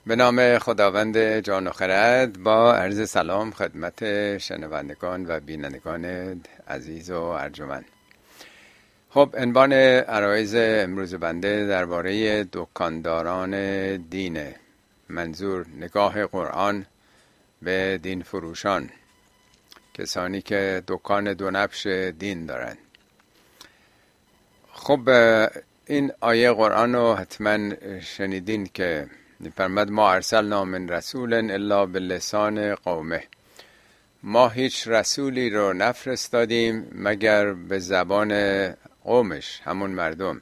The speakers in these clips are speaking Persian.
به نام خداوند جان و خرد، با عرض سلام خدمت شنوندگان و بینندگان عزیز و ارجمند. خب، عنوان عرایض امروز بنده درباره دکانداران دینه، منظور نگاه قرآن به دین فروشان، کسانی که دکان دو نبش دین دارند. خب، این آیه قرآن رو حتما شنیدین که می‌فرماد ما ارسلنا من رسول الا بلسان قومه. ما هیچ رسولی رو نفرستادیم مگر به زبان قومش، همون مردم.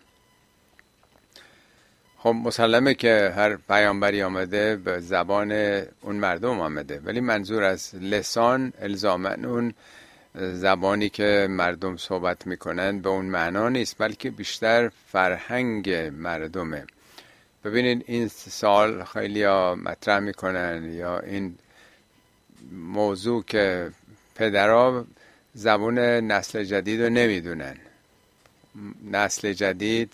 خب مسلمه که هر پیامبری آمده به زبان اون مردم آمده، ولی منظور از لسان الزاماً اون زبانی که مردم صحبت میکنن به اون معنا نیست، بلکه بیشتر فرهنگ مردمه. ببینید این سال خیلی ها مطرح میکنن یا این موضوع که پدرها زبان نسل جدید رو نمیدونن، نسل جدید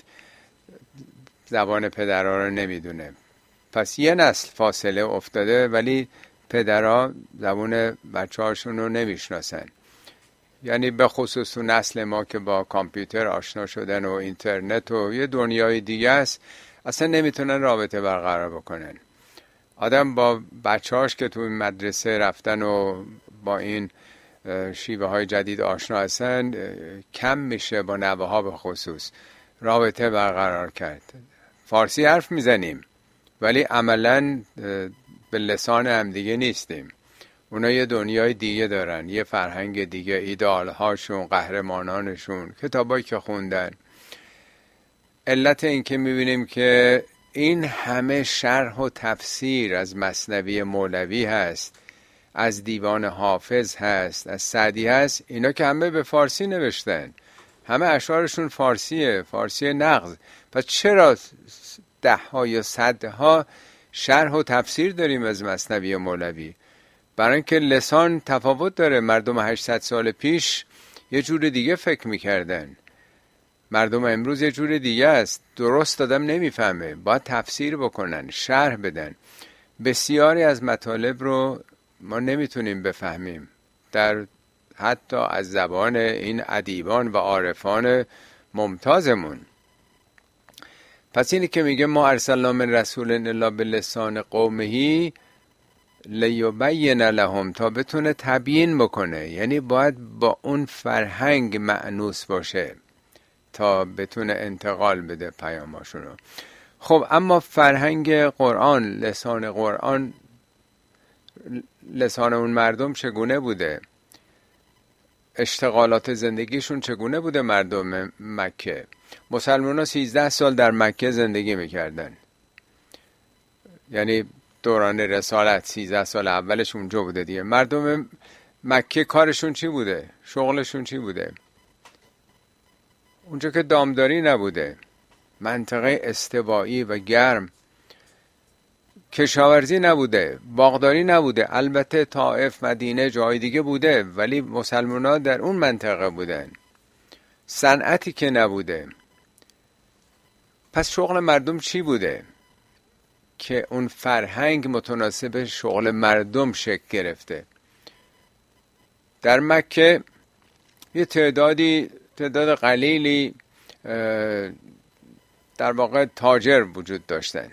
زبان پدرها رو نمیدونه، پس یه نسل فاصله افتاده ولی پدرها زبان بچه هاشون رو نمیشناسن. یعنی به خصوص تو نسل ما که با کامپیوتر آشنا شدن و اینترنت و یه دنیای دیگه است، اصلا نمیتونن رابطه برقرار بکنن. آدم با بچه‌هاش که تو مدرسه رفتن و با این شیوه های جدید آشنا هستن، کم میشه با نوه ها به خصوص رابطه برقرار کرد. فارسی حرف میزنیم ولی عملاً به لسان هم دیگه نیستیم. اونا یه دنیای دیگه دارن، یه فرهنگ دیگه، ایدئال هاشون، قهرمانانشون، کتابایی که خوندن. علت این که میبینیم که این همه شرح و تفسیر از مثنوی مولوی هست، از دیوان حافظ هست، از سعدی هست، اینا که همه به فارسی نوشتن، همه اشعارشون فارسیه، فارسی نغز. پس چرا ده ها یا صدها شرح و تفسیر داریم از مثنوی مولوی؟ برای اینکه لسان تفاوت داره. مردم 800 سال پیش یه جور دیگه فکر میکردن، مردم امروز یه جور دیگه است. درست آدم نمیفهمه، باید تفسیر بکنن، شرح بدن. بسیاری از مطالب رو ما نمیتونیم بفهمیم، در حتی از زبان این ادیبان و عارفان ممتازمون. پس اینی که میگه ما ارسلنا من رسول الا بلسان قومه لیبین لهم، تا بتونه تبیین بکنه، یعنی باید با اون فرهنگ مأنوس باشه تا بتونه انتقال بده پیاماشونو. خب اما فرهنگ قرآن، لسان قرآن، لسان اون مردم چگونه بوده؟ اشتغالات زندگیشون چگونه بوده؟ مردم مکه، مسلمان ها 13 سال در مکه زندگی میکردن، یعنی دوران رسالت 13 سال اولش اونجا بوده دیگه. مردم مکه کارشون چی بوده؟ شغلشون چی بوده؟ اونجا که دامداری نبوده، منطقه استوایی و گرم، کشاورزی نبوده، باغداری نبوده. البته طائف، مدینه، جای دیگه بوده، ولی مسلمان‌ها در اون منطقه بودن. صنعتی که نبوده. پس شغل مردم چی بوده که اون فرهنگ متناسب شغل مردم شکل گرفته؟ در مکه یه تعداد قلیلی در واقع تاجر وجود داشتن.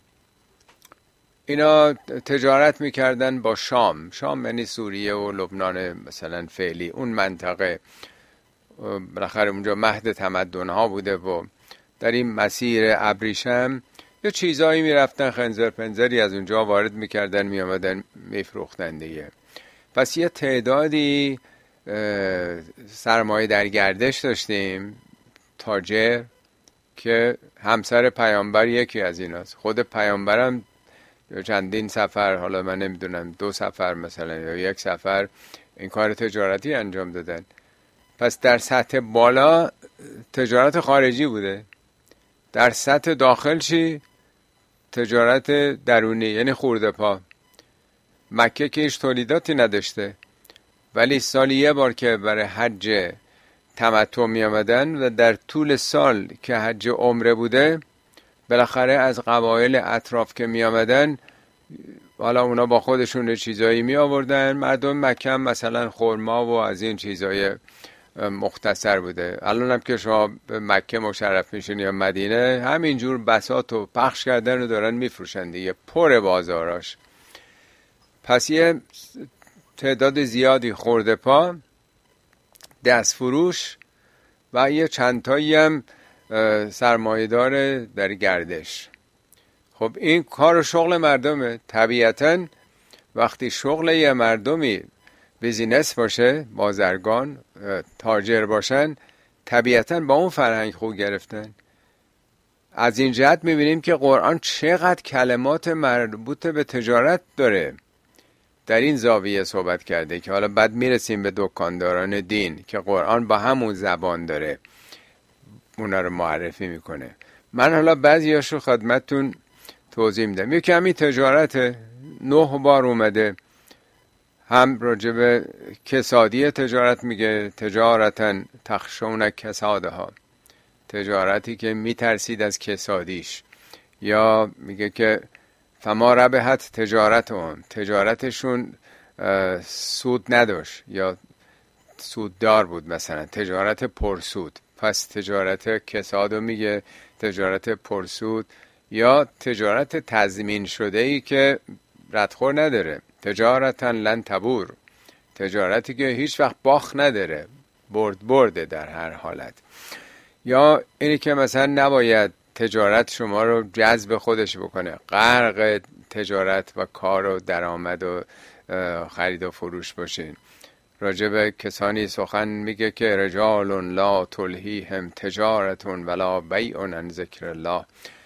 اینا تجارت میکردن با شام یعنی سوریه و لبنان مثلا فعلی، اون منطقه. بالاخره اونجا مهد تمدن‌ها بوده و در این مسیر ابریشم یه چیزایی میرفتن، خنزر پنزری از اونجا وارد میکردن، میامدن میفروختن دیگه. پس یه تعدادی سرمایه در گردش داشتیم، تاجر، که همسر پیامبر یکی از ایناست. خود پیامبرم چندین سفر، حالا من نمیدونم 2 سفر مثلا یا 1 سفر، این کار تجارتی انجام دادن. پس در سطح بالا تجارت خارجی بوده، در سطح داخل چی؟ تجارت درونی، یعنی خورده پا. مکه که هیچ تولیداتی نداشته، ولی سالی یه بار که برای حج تمتع می آمدن و در طول سال که حج عمره بوده، بالاخره از قبایل اطراف که می آمدن حالا اونا با خودشون چیزایی می آوردن. مردم مکه مثلا خرما و از این چیزای مختصر بوده. الان هم که شما به مکه مشرف میشین یا مدینه، همینجور بساط و پخش کردن و دارن میفروشن دیگه، پر بازاراش. پس یه تعداد زیادی خورده پا دست فروش و یه چندتایی هم سرمایه‌دار در گردش. خب این کار و شغل مردمه. طبیعتاً وقتی شغل یه مردمی بیزینس باشه، بازرگان، تاجر باشن، طبیعتاً با اون فرهنگ خوب گرفتن. از این جهت میبینیم که قرآن چقدر کلمات مربوط به تجارت داره. در این زاویه صحبت کرده که حالا بعد میرسیم به دکانداران دین که قرآن با همون زبان داره اونا رو معرفی میکنه. من حالا بعضیاشو خدمتتون توضیح میدم. یکی همین تجارت 9 بار اومده، هم راجع به کسادی تجارت میگه، تجارتن تخشون کسادها، تجارتی که میترسید از کسادیش، یا میگه که فما ربحت تجارتهم، تجارتشون سود نداشت یا سوددار بود، مثلا تجارت پرسود. پس تجارت کسادو میگه تجارت پرسود، یا تجارت تضمین شده ای که ردخور نداره، تجارتا لن تبور، تجارتی که هیچ وقت باخت نداره، برده در هر حالت. یا اینی که مثلا نباید تجارت شما رو جذب خودش بکنه، غرق تجارت و کار و درآمد و خرید و فروش باشین. راجع به کسانی سخن میگه که رجال لا تلهیهم تجارت ولا بیع عن ذکر الله،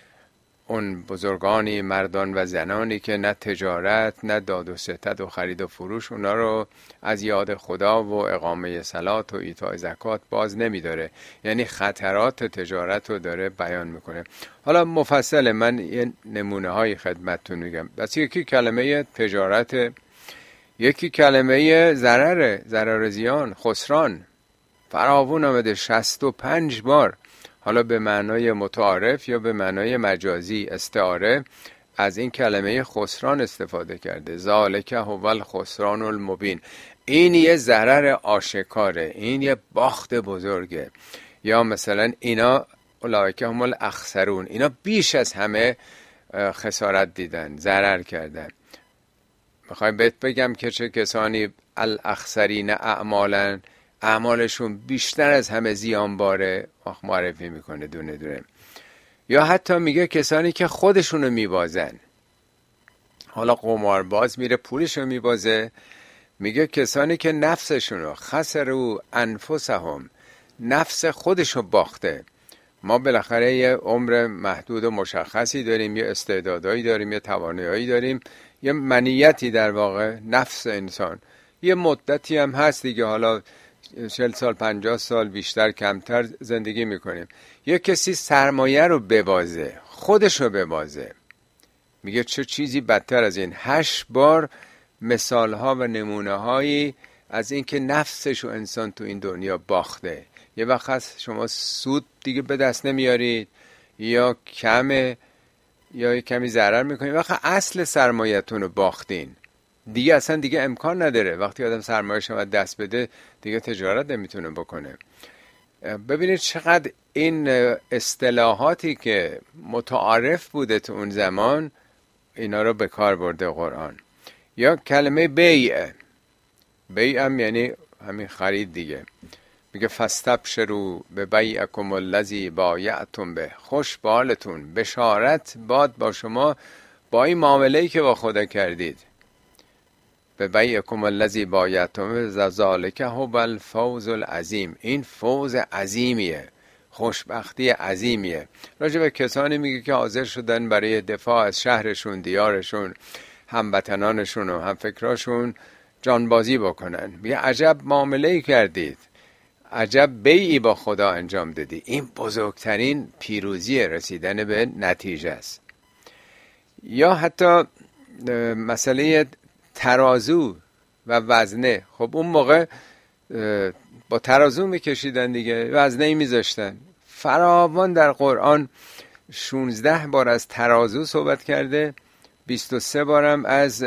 اون بزرگانی، مردان و زنانی که نه تجارت نه داد و ستد و خرید و فروش اونا رو از یاد خدا و اقامه صلات و ایتاء زکات باز نمیداره. یعنی خطرات تجارت رو داره بیان میکنه. حالا مفصل من یه نمونه های خدمتتون میگم. بس یکی کلمه تجارت، یکی کلمه ضرر زیان، خسران، فراوون آمده 65 بار. حالا به معنای متعارف یا به معنای مجازی استعاره از این کلمه خسران استفاده کرده. ذالک هو الخسران المبین، این یه ضرر آشکاره، این یه باخت بزرگه. یا مثلا اینا اولئک هم الاخسرون، اینا بیش از همه خسارت دیدن، ضرر کردن. میخوایم بهت بگم که چه کسانی الاخسرین اعمالا، اعمالشون بیشتر از همه زیان باره، معرفی میکنه دونه دونه. یا حتی میگه کسانی که خودشونو میبازن، حالا قمارباز میره پولشو میبازه، میگه کسانی که نفسشونو خسروا انفسهم، نفس خودشو باخته. ما بالاخره یه عمر محدود و مشخصی داریم، یه استعدادایی داریم، یه توانایی داریم، یه منیتی در واقع نفس انسان. یه مدتی هم هست دیگه، حالا 40 سال 50 سال بیشتر کمتر زندگی میکنیم. یه کسی سرمایه رو ببازه، خودش رو ببازه، میگه چه چیزی بدتر از این. 8 بار مثال ها و نمونه هایی از این که نفسش و انسان تو این دنیا باخته. یه وقت هست شما سود دیگه به دست نمیارید، یا کمه یا کمی ضرر میکنید، وقت اصل سرمایه‌تون رو باختین دیگه، اصلا دیگه امکان نداره. وقتی آدم سرمایه شما دست بده دیگه تجارت نمیتونه بکنه. ببینید چقدر این اصطلاحاتی که متعارف بوده تو اون زمان اینا رو به کار برده قرآن. یا کلمه بیع هم یعنی همین خرید دیگه. میگه فاستبشروا ببیعکم الذی بایعتم به، خوش به حالتون، بشارت باد با شما با این معامله‌ای که با خدا کردید. ببیعکم الذی بایعتم به ذالک هو الفوز العظیم، این فوز عظیمیه، خوشبختی عظیمیه. راجع به کسانی میگه که حاضر شدن برای دفاع از شهرشون، دیارشون، هموطنانشون و همفکراشون جانبازی بکنن. میگه عجب معامله‌ای کردید، عجب بیعی با خدا انجام دادی. این بزرگترین پیروزی رسیدن به نتیجه است. یا حتی مسئله ترازو و وزنه. خب اون موقع با ترازو میکشیدن دیگه، وزنه میذاشتن. فراوان در قرآن 16 بار از ترازو صحبت کرده، 23 بارم از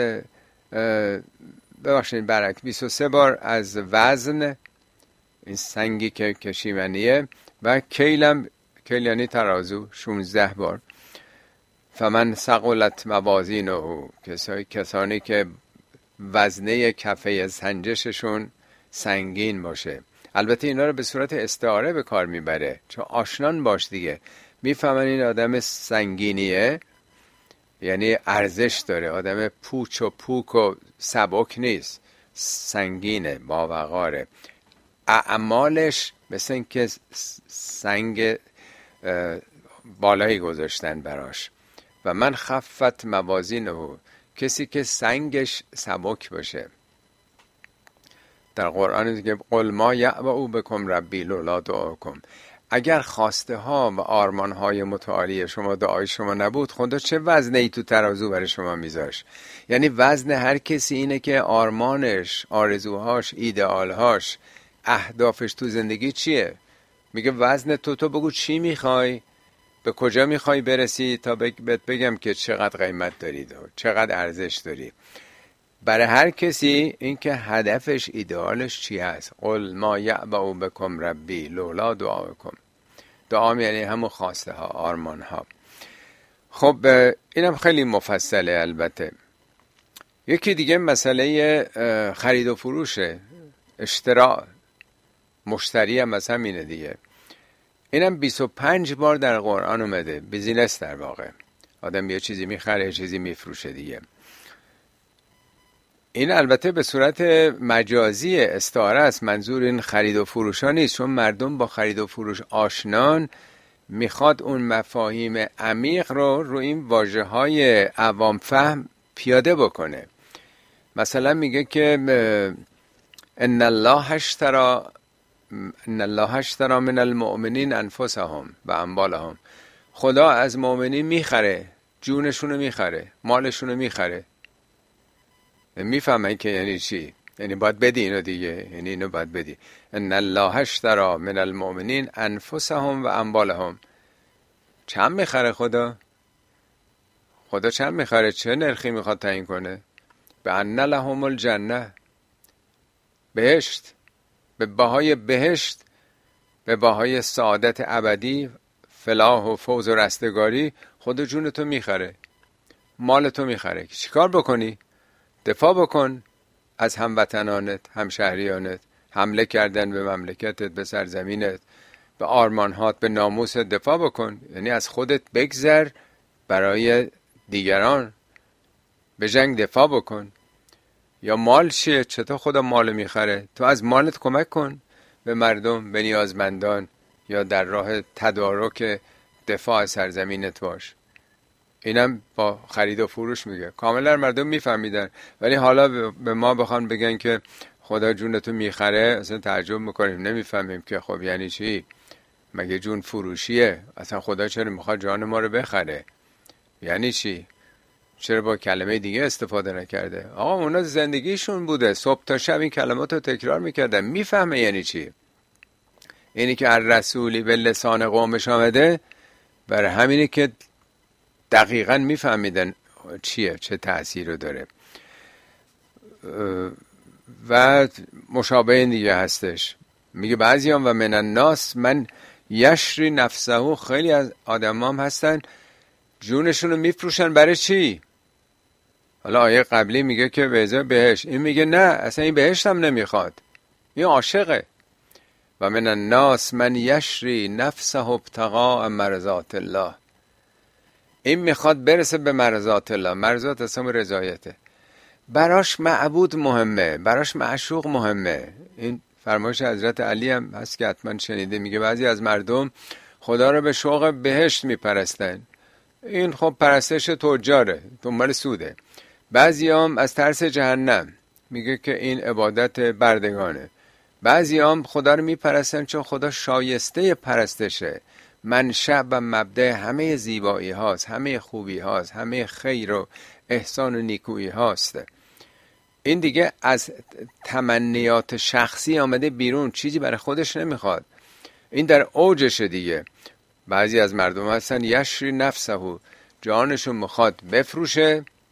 23 بار از وزن، این سنگی که کشیمنیه، و کیلم، کیل یعنی ترازو، 16 بار. فمن ثقلت موازینه، کسانی که وزنه کفه سنجششون سنگین باشه. البته اینا رو به صورت استعاره به کار میبره، چون آشنان باش دیگه، میفهمن این آدم سنگینیه، یعنی ارزش داره، آدم پوچ و پوک و سبک نیست، سنگینه، با وقاره. اعمالش مثل این که سنگ بالایی گذاشتن براش. و من خفت موازینه، کسی که سنگش سبک باشه. در قرآن دیگه قل ما یعبأ بکم ربی لولا دعاکم، اگر خواسته ها و آرمان های متعالی شما، دعای شما نبود، خدا چه وزنه ای تو ترازو برای شما میذاش؟ یعنی وزن هر کسی اینه که آرمانش، آرزوهاش، ایدئالهاش، اهدافش تو زندگی چیه. میگه وزن تو بگو چی میخوای، به کجا میخوای برسی تا بگم که چقدر قیمت داری، چقدر ارزش داری. برای هر کسی این که هدفش، ایدئالش چی هست. قل ما یعبأ بکم ربی لولا دعاکم. دعا یعنی همون خواسته ها، آرمان ها. خب اینم خیلی مفصله. البته یکی دیگه مسئله خرید و فروشه، اشتراع، مشتری هم از همینه دیگه. اینم 25 بار در قرآن اومده، بیزینس در واقع. آدم یه چیزی میخره، یه چیزی میفروشه دیگه. این البته به صورت مجازی استعاره است، منظور این خرید و فروش ها نیست، چون مردم با خرید و فروش آشنان، میخواد اون مفاهیم عمیق رو این واژه های عوام فهم پیاده بکنه. مثلا میگه که ان الله اشتری من المؤمنین انفسهم و اموالهم، خدا از مؤمنین میخره، جونشونو میخره، مالشونو میخره. میفهمن که یعنی چی؟ یعنی باید بدی اینو دیگه، یعنی اینو باید بدی. ان الله اشتری من المؤمنین انفسهم و اموالهم. چند میخره خدا؟ خدا چند میخره؟ چه نرخی میخواد تعیین کنه؟ به ان لهم الجنه، بهشت، به بهای بهشت، به بهای سعادت ابدی، فلاح و فوز و رستگاری. خدا جون تو میخره، مال تو میخره. چیکار بکنی؟ دفاع بکن از هموطنانت، همشهریانت. حمله کردن به مملکتت، به سرزمینت، به آرمانهات، به ناموست دفاع بکن. یعنی از خودت بگذر برای دیگران، به جنگ دفاع بکن. یا مال چیه؟ چطور خدا مال میخره؟ تو از مالت کمک کن به مردم، به نیازمندان، یا در راه تدارک دفاع از سرزمینت باش. اینم با خرید و فروش میگه. کاملا مردم میفهمیدن، ولی حالا به ما بخوان بگن که خدا جونتو میخره، اصلا تعجب میکنیم، نمیفهمیم که خب یعنی چی؟ مگه جون فروشیه؟ اصلا خدا چرا میخواد جان ما رو بخره؟ یعنی چی؟ چرا با کلمه دیگه استفاده نکرده؟ آقا اونا زندگیشون بوده، صبح تا شب این کلمات رو تکرار میکردن، میفهمه یعنی چی. اینی که الرسولی به لسان قومش آمده، برای همینه که دقیقاً میفهمیدن چیه، چه تأثیر رو داره. و مشابه دیگه هستش، میگه بعضیان و من الناس من یشری نفسه، خیلی از آدمام هستن جونشون رو میفروشن. برای چی؟ حالا آیه قبلی میگه که به ازای بهشت، این میگه نه، اصلا این بهشت هم نمیخواد، این عاشقه. و من الناس من یشری نفسه ابتغاء مرضات الله، این میخواد برسه به مرضات الله. مرضات اصلا رضایته، براش معبود مهمه، براش معشوق مهمه. این فرمایش حضرت علی هم هست که حتما شنیده، میگه بعضی از مردم خدا رو به شوق بهشت میپرستن. این خب پرستش تجاره، دنبال سوده. بعضی هم از ترس جهنم، میگه که این عبادت بردگانه. بعضی هم خدا رو میپرستن چون خدا شایسته پرستشه، منشأ و مبدأ همه زیبایی هاست، همه خوبی هاست، همه خیر و احسان و نیکویی هاست. این دیگه از تمنیات شخصی آمده بیرون، چیزی برای خودش نمیخواد. این در اوجشه دیگه. بعضی از مردم هستن یشری نفسه، جانشون میخواد بفروشه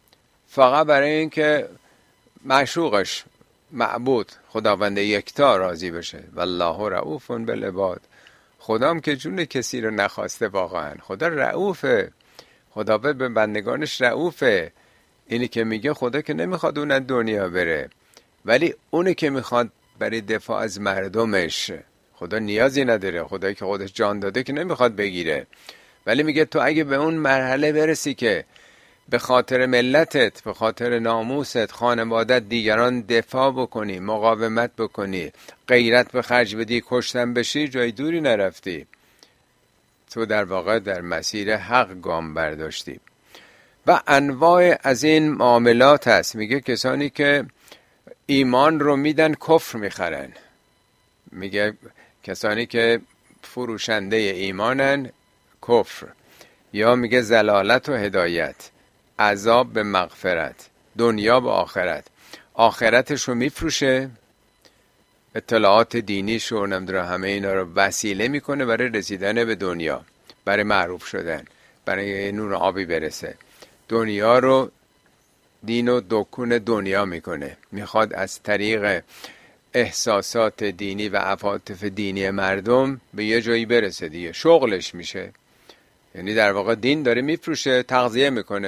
فقط برای اینکه معشوقش معبود خداوند یکتا راضی بشه. والله رؤوف بالعباد. خدام که جون کسی رو نخواسته، واقعا خدا رؤوفه، خدا به بندگانش رؤوفه. اینی که میگه خدا که نمیخواد اون از دنیا بره، ولی اونی که میخواد برای دفاع از مردمش. خدا نیازی نداره، خدایی که خودش جان داده که نمیخواد بگیره، ولی میگه تو اگه به اون مرحله برسی که به خاطر ملتت، به خاطر ناموست، خانوادت، دیگران دفاع بکنی، مقاومت بکنی، غیرت به خرج بدی، کشتن بشی، جای دوری نرفتی، تو در واقع در مسیر حق گام برداشتی. و انواع از این معاملات هست. میگه کسانی که ایمان رو میدن کفر میخرن. میگه کسانی که فروشنده ایمانن کفر. یا میگه زلالت و هدایت، عذاب به مغفرت، دنیا به آخرت. آخرتش رو میفروشه، اطلاعات دینیش رو نمیدونه همه اینا رو وسیله میکنه برای رسیدن به دنیا، برای معروف شدن، برای نور آبی برسه. دنیا رو دین و دکون دنیا میکنه، میخواد از طریق احساسات دینی و عواطف دینی مردم به یه جایی برسه دیگه، شغلش میشه. یعنی در واقع دین داره میفروشه، تغذیه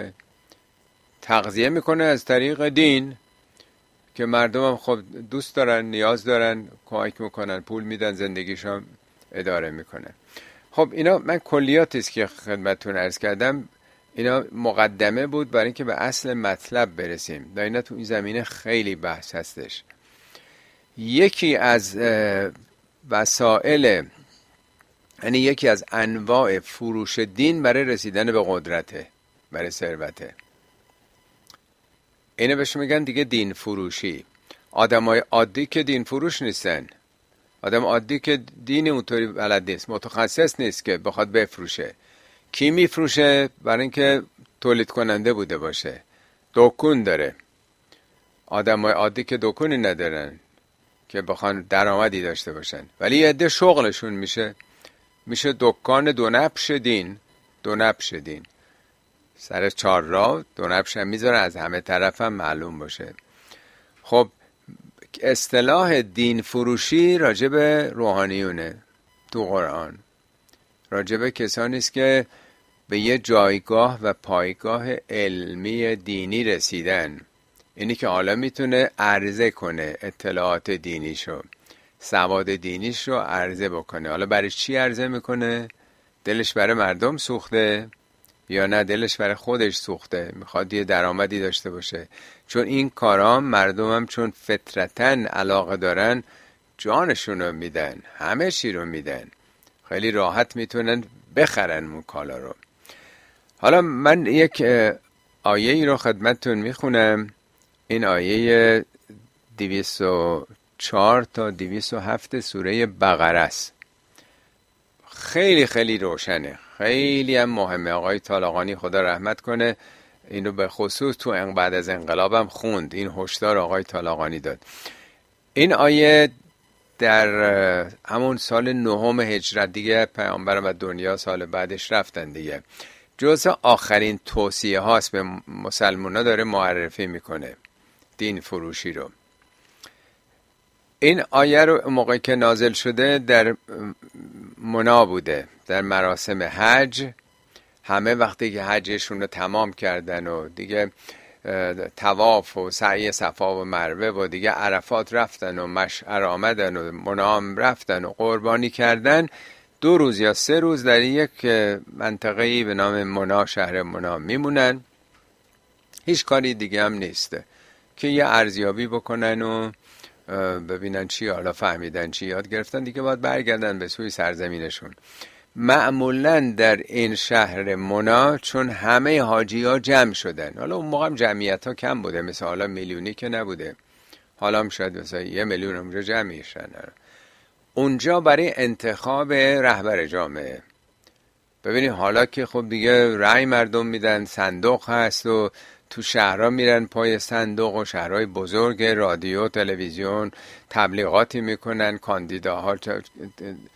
میکنه از طریق دین که مردم هم خب دوست دارن، نیاز دارن، کمک میکنن، پول میدن، زندگیشون اداره میکنن. خب اینا من کلیاتی است که خدمتتون عرض کردم، اینا مقدمه بود برای اینکه به اصل مطلب برسیم. در اینا تو این زمینه خیلی بحث هستش. یکی از وسائل، یعنی یکی از انواع فروش دین برای رسیدن به قدرته، برای ثروته. اینو بهش میگن دیگه دین فروشی. آدمای عادی که دین فروش نیستن. آدم عادی که دین اونطوری بلد نیست، متخصص نیست که بخواد بفروشه. کی میفروشه؟ برای اینکه تولید کننده بوده باشه، دکون داره. آدمای عادی که دکونی ندارن که بخوان درآمدی داشته باشن، ولی یه عده شغلشون میشه دکان دو نبش دین. سر چهارراه دو نبش هم میذاره، از همه طرف هم معلوم باشه. خب اصطلاح دین فروشی راجب روحانیونه تو قرآن، راجب کسانی است که به یه جایگاه و پایگاه علمی دینی رسیدن. اینی که حالا میتونه عرضه کنه اطلاعات دینیشو، سواد دینیشو عرضه بکنه. حالا برای چی عرضه میکنه؟ دلش برای مردم سوخته یا نه دلش برای خودش سوخته، میخواد یه درآمدی داشته باشه. چون این کارا مردم هم چون فطرتاً علاقه دارن، جانشون رو میدن، همه چی رو میدن، خیلی راحت میتونن بخرن اون کالا رو. حالا من یک آیه ای رو خدمتتون میخونم. این آیه 204 تا 207 سوره بقره است. خیلی خیلی روشنه، خیلی هم مهمه. آقای طالقانی خدا رحمت کنه اینو به خصوص تو بعد از انقلابم خوند، این هشدار آقای طالقانی داد. این آیه در همون سال 9 هجرت دیگه پیامبرم و دنیا سال بعدش رفتن دیگه، جزء آخرین توصیه هاست به مسلمونا، داره معرفی میکنه دین فروشی رو. این آیه رو موقعی که نازل شده در منا بوده، در مراسم حج. همه وقتی که حجشون رو تمام کردن و دیگه طواف و سعی صفا و مروه و دیگه عرفات رفتن و مشعر آمدن و منا رفتن و قربانی کردن، 2 روز یا 3 روز در یک منطقه‌ای به نام منا، شهر منا میمونن. هیچ کاری دیگه هم نیسته که یه ارزیابی بکنن و ببینن چی، حالا فهمیدن چی، یاد گرفتن دیگه، باید برگردن به سوی سرزمینشون. معمولا در این شهر منا چون همه حاجی ها جمع شدن، حالا اون موقع هم جمعیت ها کم بوده، مثل حالا میلیونی که نبوده، حالا هم شاید مثلا 1 میلیون اونجا جمع میشن، اونجا برای انتخاب رهبر جامعه. ببینید حالا که خب دیگه رأی مردم میدن، صندوق هست و تو شهرها میرن پای صندوق و شهرهای بزرگ رادیو، تلویزیون تبلیغاتی میکنن، کاندیداها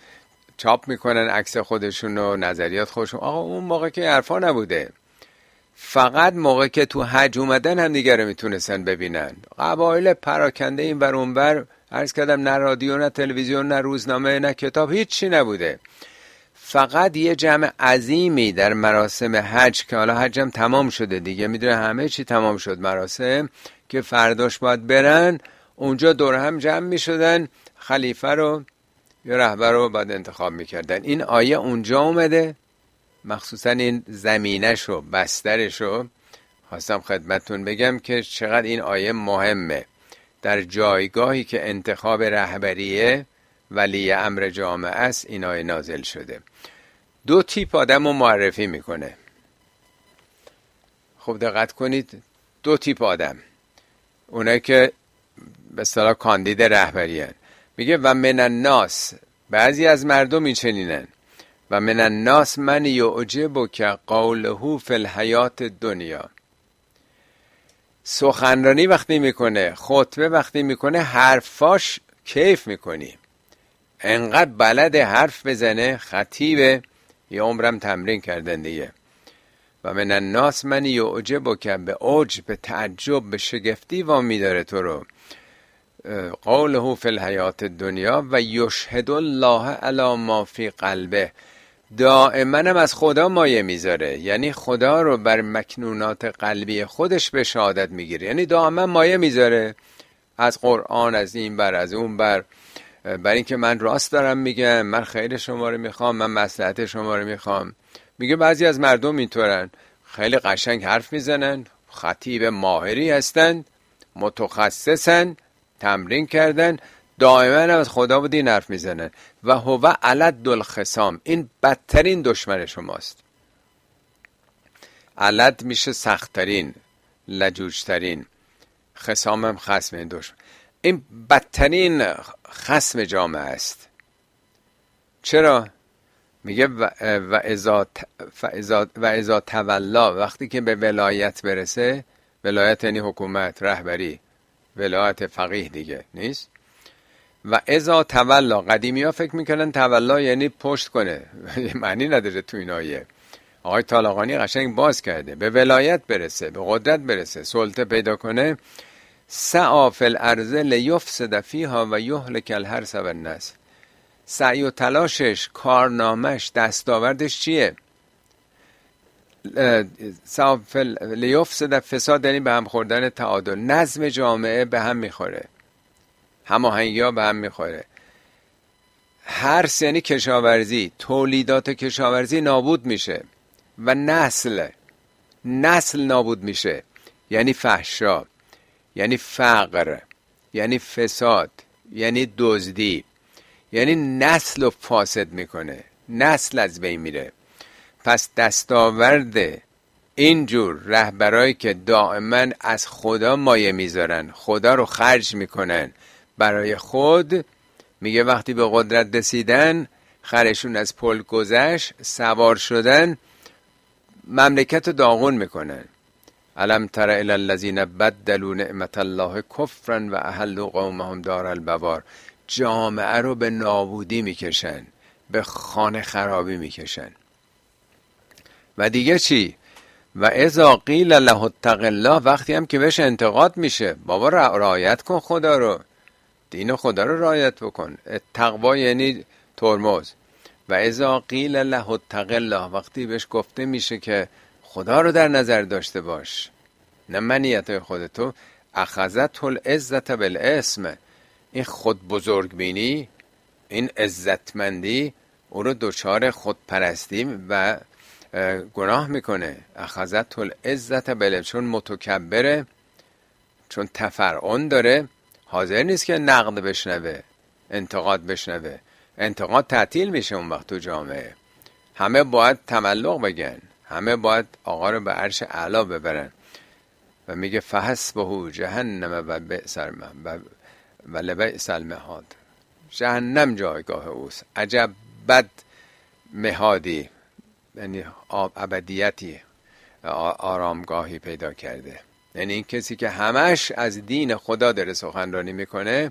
چاپ میکنن عکس خودشون و نظریات خودشون. آقا اون موقع که حرفا نبوده، فقط موقع که تو حج اومدن هم دیگه رو میتونستن ببینن. قبایل پراکنده این ور اون ور، عرض کردم، نه رادیو نه تلویزیون نه روزنامه نه کتاب، هیچی نبوده. فقط یه جمع عظیمی در مراسم حج که حالا حجم تمام شده دیگه، میدونه همه چی تمام شد، مراسم که فرداش باید برن اونجا دور هم جمع میشدن، خلیفه رو یا رهبر رو باید انتخاب میکردن. این آیه اونجا اومده، مخصوصا این زمینشو بسترشو خواستم خدمتتون بگم که چقدر این آیه مهمه. در جایگاهی که انتخاب رهبریه ولی امر جامعه است این آیه نازل شده. دو تیپ آدم رو معرفی میکنه. خب دقت کنید، دو تیپ آدم، اونایی که به اصطلاح کاندید رهبری هن. میگه و من الناس، بعضی از مردم این چنینن، و من الناس من یعجب که قوله فی الحیات دنیا. سخنرانی وقتی میکنه، خطبه وقتی میکنه، حرفاش کیف میکنی، انقدر بلد حرف بزنه، خطیبه، یه عمرم تمرین کردن دیگه. و من الناس من یعجب که به عجب، به تعجب، به شگفتی وامی داره تو رو، قوله فی الحیات دنیا و یشهد الله علی ما فی قلبه، دائما هم از خدا مایه میذاره، یعنی خدا رو بر مکنونات قلبی خودش به شهادت میگیره، یعنی دائما مایه میذاره از قرآن، از این بر از اون بر اینکه من راست دارم میگم، من خیر شما رو میخوام، من مصلحت شما رو میخوام. میگه بعضی از مردم اینطورن، خیلی قشنگ حرف میزنن، خطیب ماهری هستن، متخصصن، تمرین کردن، دائما از خدا و دین حرف میزنن. و هو علد الخصام، این بدترین دشمن شماست. علد میشه سختترین، لجوجترین، خصام هم خصم، این دشمن، این بدترین خصم جامعه است. چرا؟ میگه و اذا تولا، وقتی که به ولایت برسه، ولایت یعنی حکومت، رهبری، ولایت فقیه دیگه نیست. و اذا تولا، قدیمی ها فکر میکنن تولا یعنی پشت کنه، معنی نداره تو این آیه. آقای طالقانی قشنگ باز کرده، به ولایت برسه، به قدرت برسه، سلطه پیدا کنه. سعی فی الارض لیفسد فیها و یهلک الحرث و النسل، سعی و تلاشش، کارنامش، دستاوردش چیه؟ لیفسد، فساد یعنی به هم خوردن، تعادل، نظم جامعه به هم میخوره، هماهنگی ها به هم میخوره. حرث یعنی کشاورزی، تولیدات کشاورزی نابود میشه و نسل نابود میشه، یعنی فحشا، یعنی فقر، یعنی فساد، یعنی دزدی، یعنی نسل رو فاسد میکنه، نسل از بین میره. پس دستاورد اینجور رهبرایی که دائما از خدا مایه میذارن، خدا رو خرج میکنن برای خود، میگه وقتی به قدرت رسیدن، خرشون از پل گذشت، سوار شدن، مملکت رو داغون میکنن. الم تر الی الذین بدلوا نعمت الله کفرا و احلوا قومهم دار البوار، جامعه رو به نابودی میکشن، به خانه خرابی میکشن. و دیگه چی؟ و اذا قیل له اتق الله، وقتی هم که بهش انتقاد میشه، بابا رعایت کن خدا رو، دین خدا رو رعایت بکن. تقوا یعنی ترمز. و اذا قیل له اتق الله، وقتی بهش گفته میشه که خدا رو در نظر داشته باش، نه منیت خودتو، اخذته العزت بالاسم، این خود بزرگ بینی، این عزتمندی او رو دچار خودپرستی و گناه میکنه. اخذته العزت بالاسم، چون متکبره، چون تفرعن داره، حاضر نیست که نقد بشنوه، انتقاد بشنوه. انتقاد تعطیل میشه اون وقت تو جامعه. همه باید تملق بگن، همه باید آقا رو به عرش اعلا ببرن. و میگه فحسبه جهنم و لبئس المهاد، جهنم جایگاه اوست. عجب بد مهادی، یعنی ابدیتی، آرامگاهی پیدا کرده. یعنی این کسی که همش از دین خدا داره سخنرانی میکنه،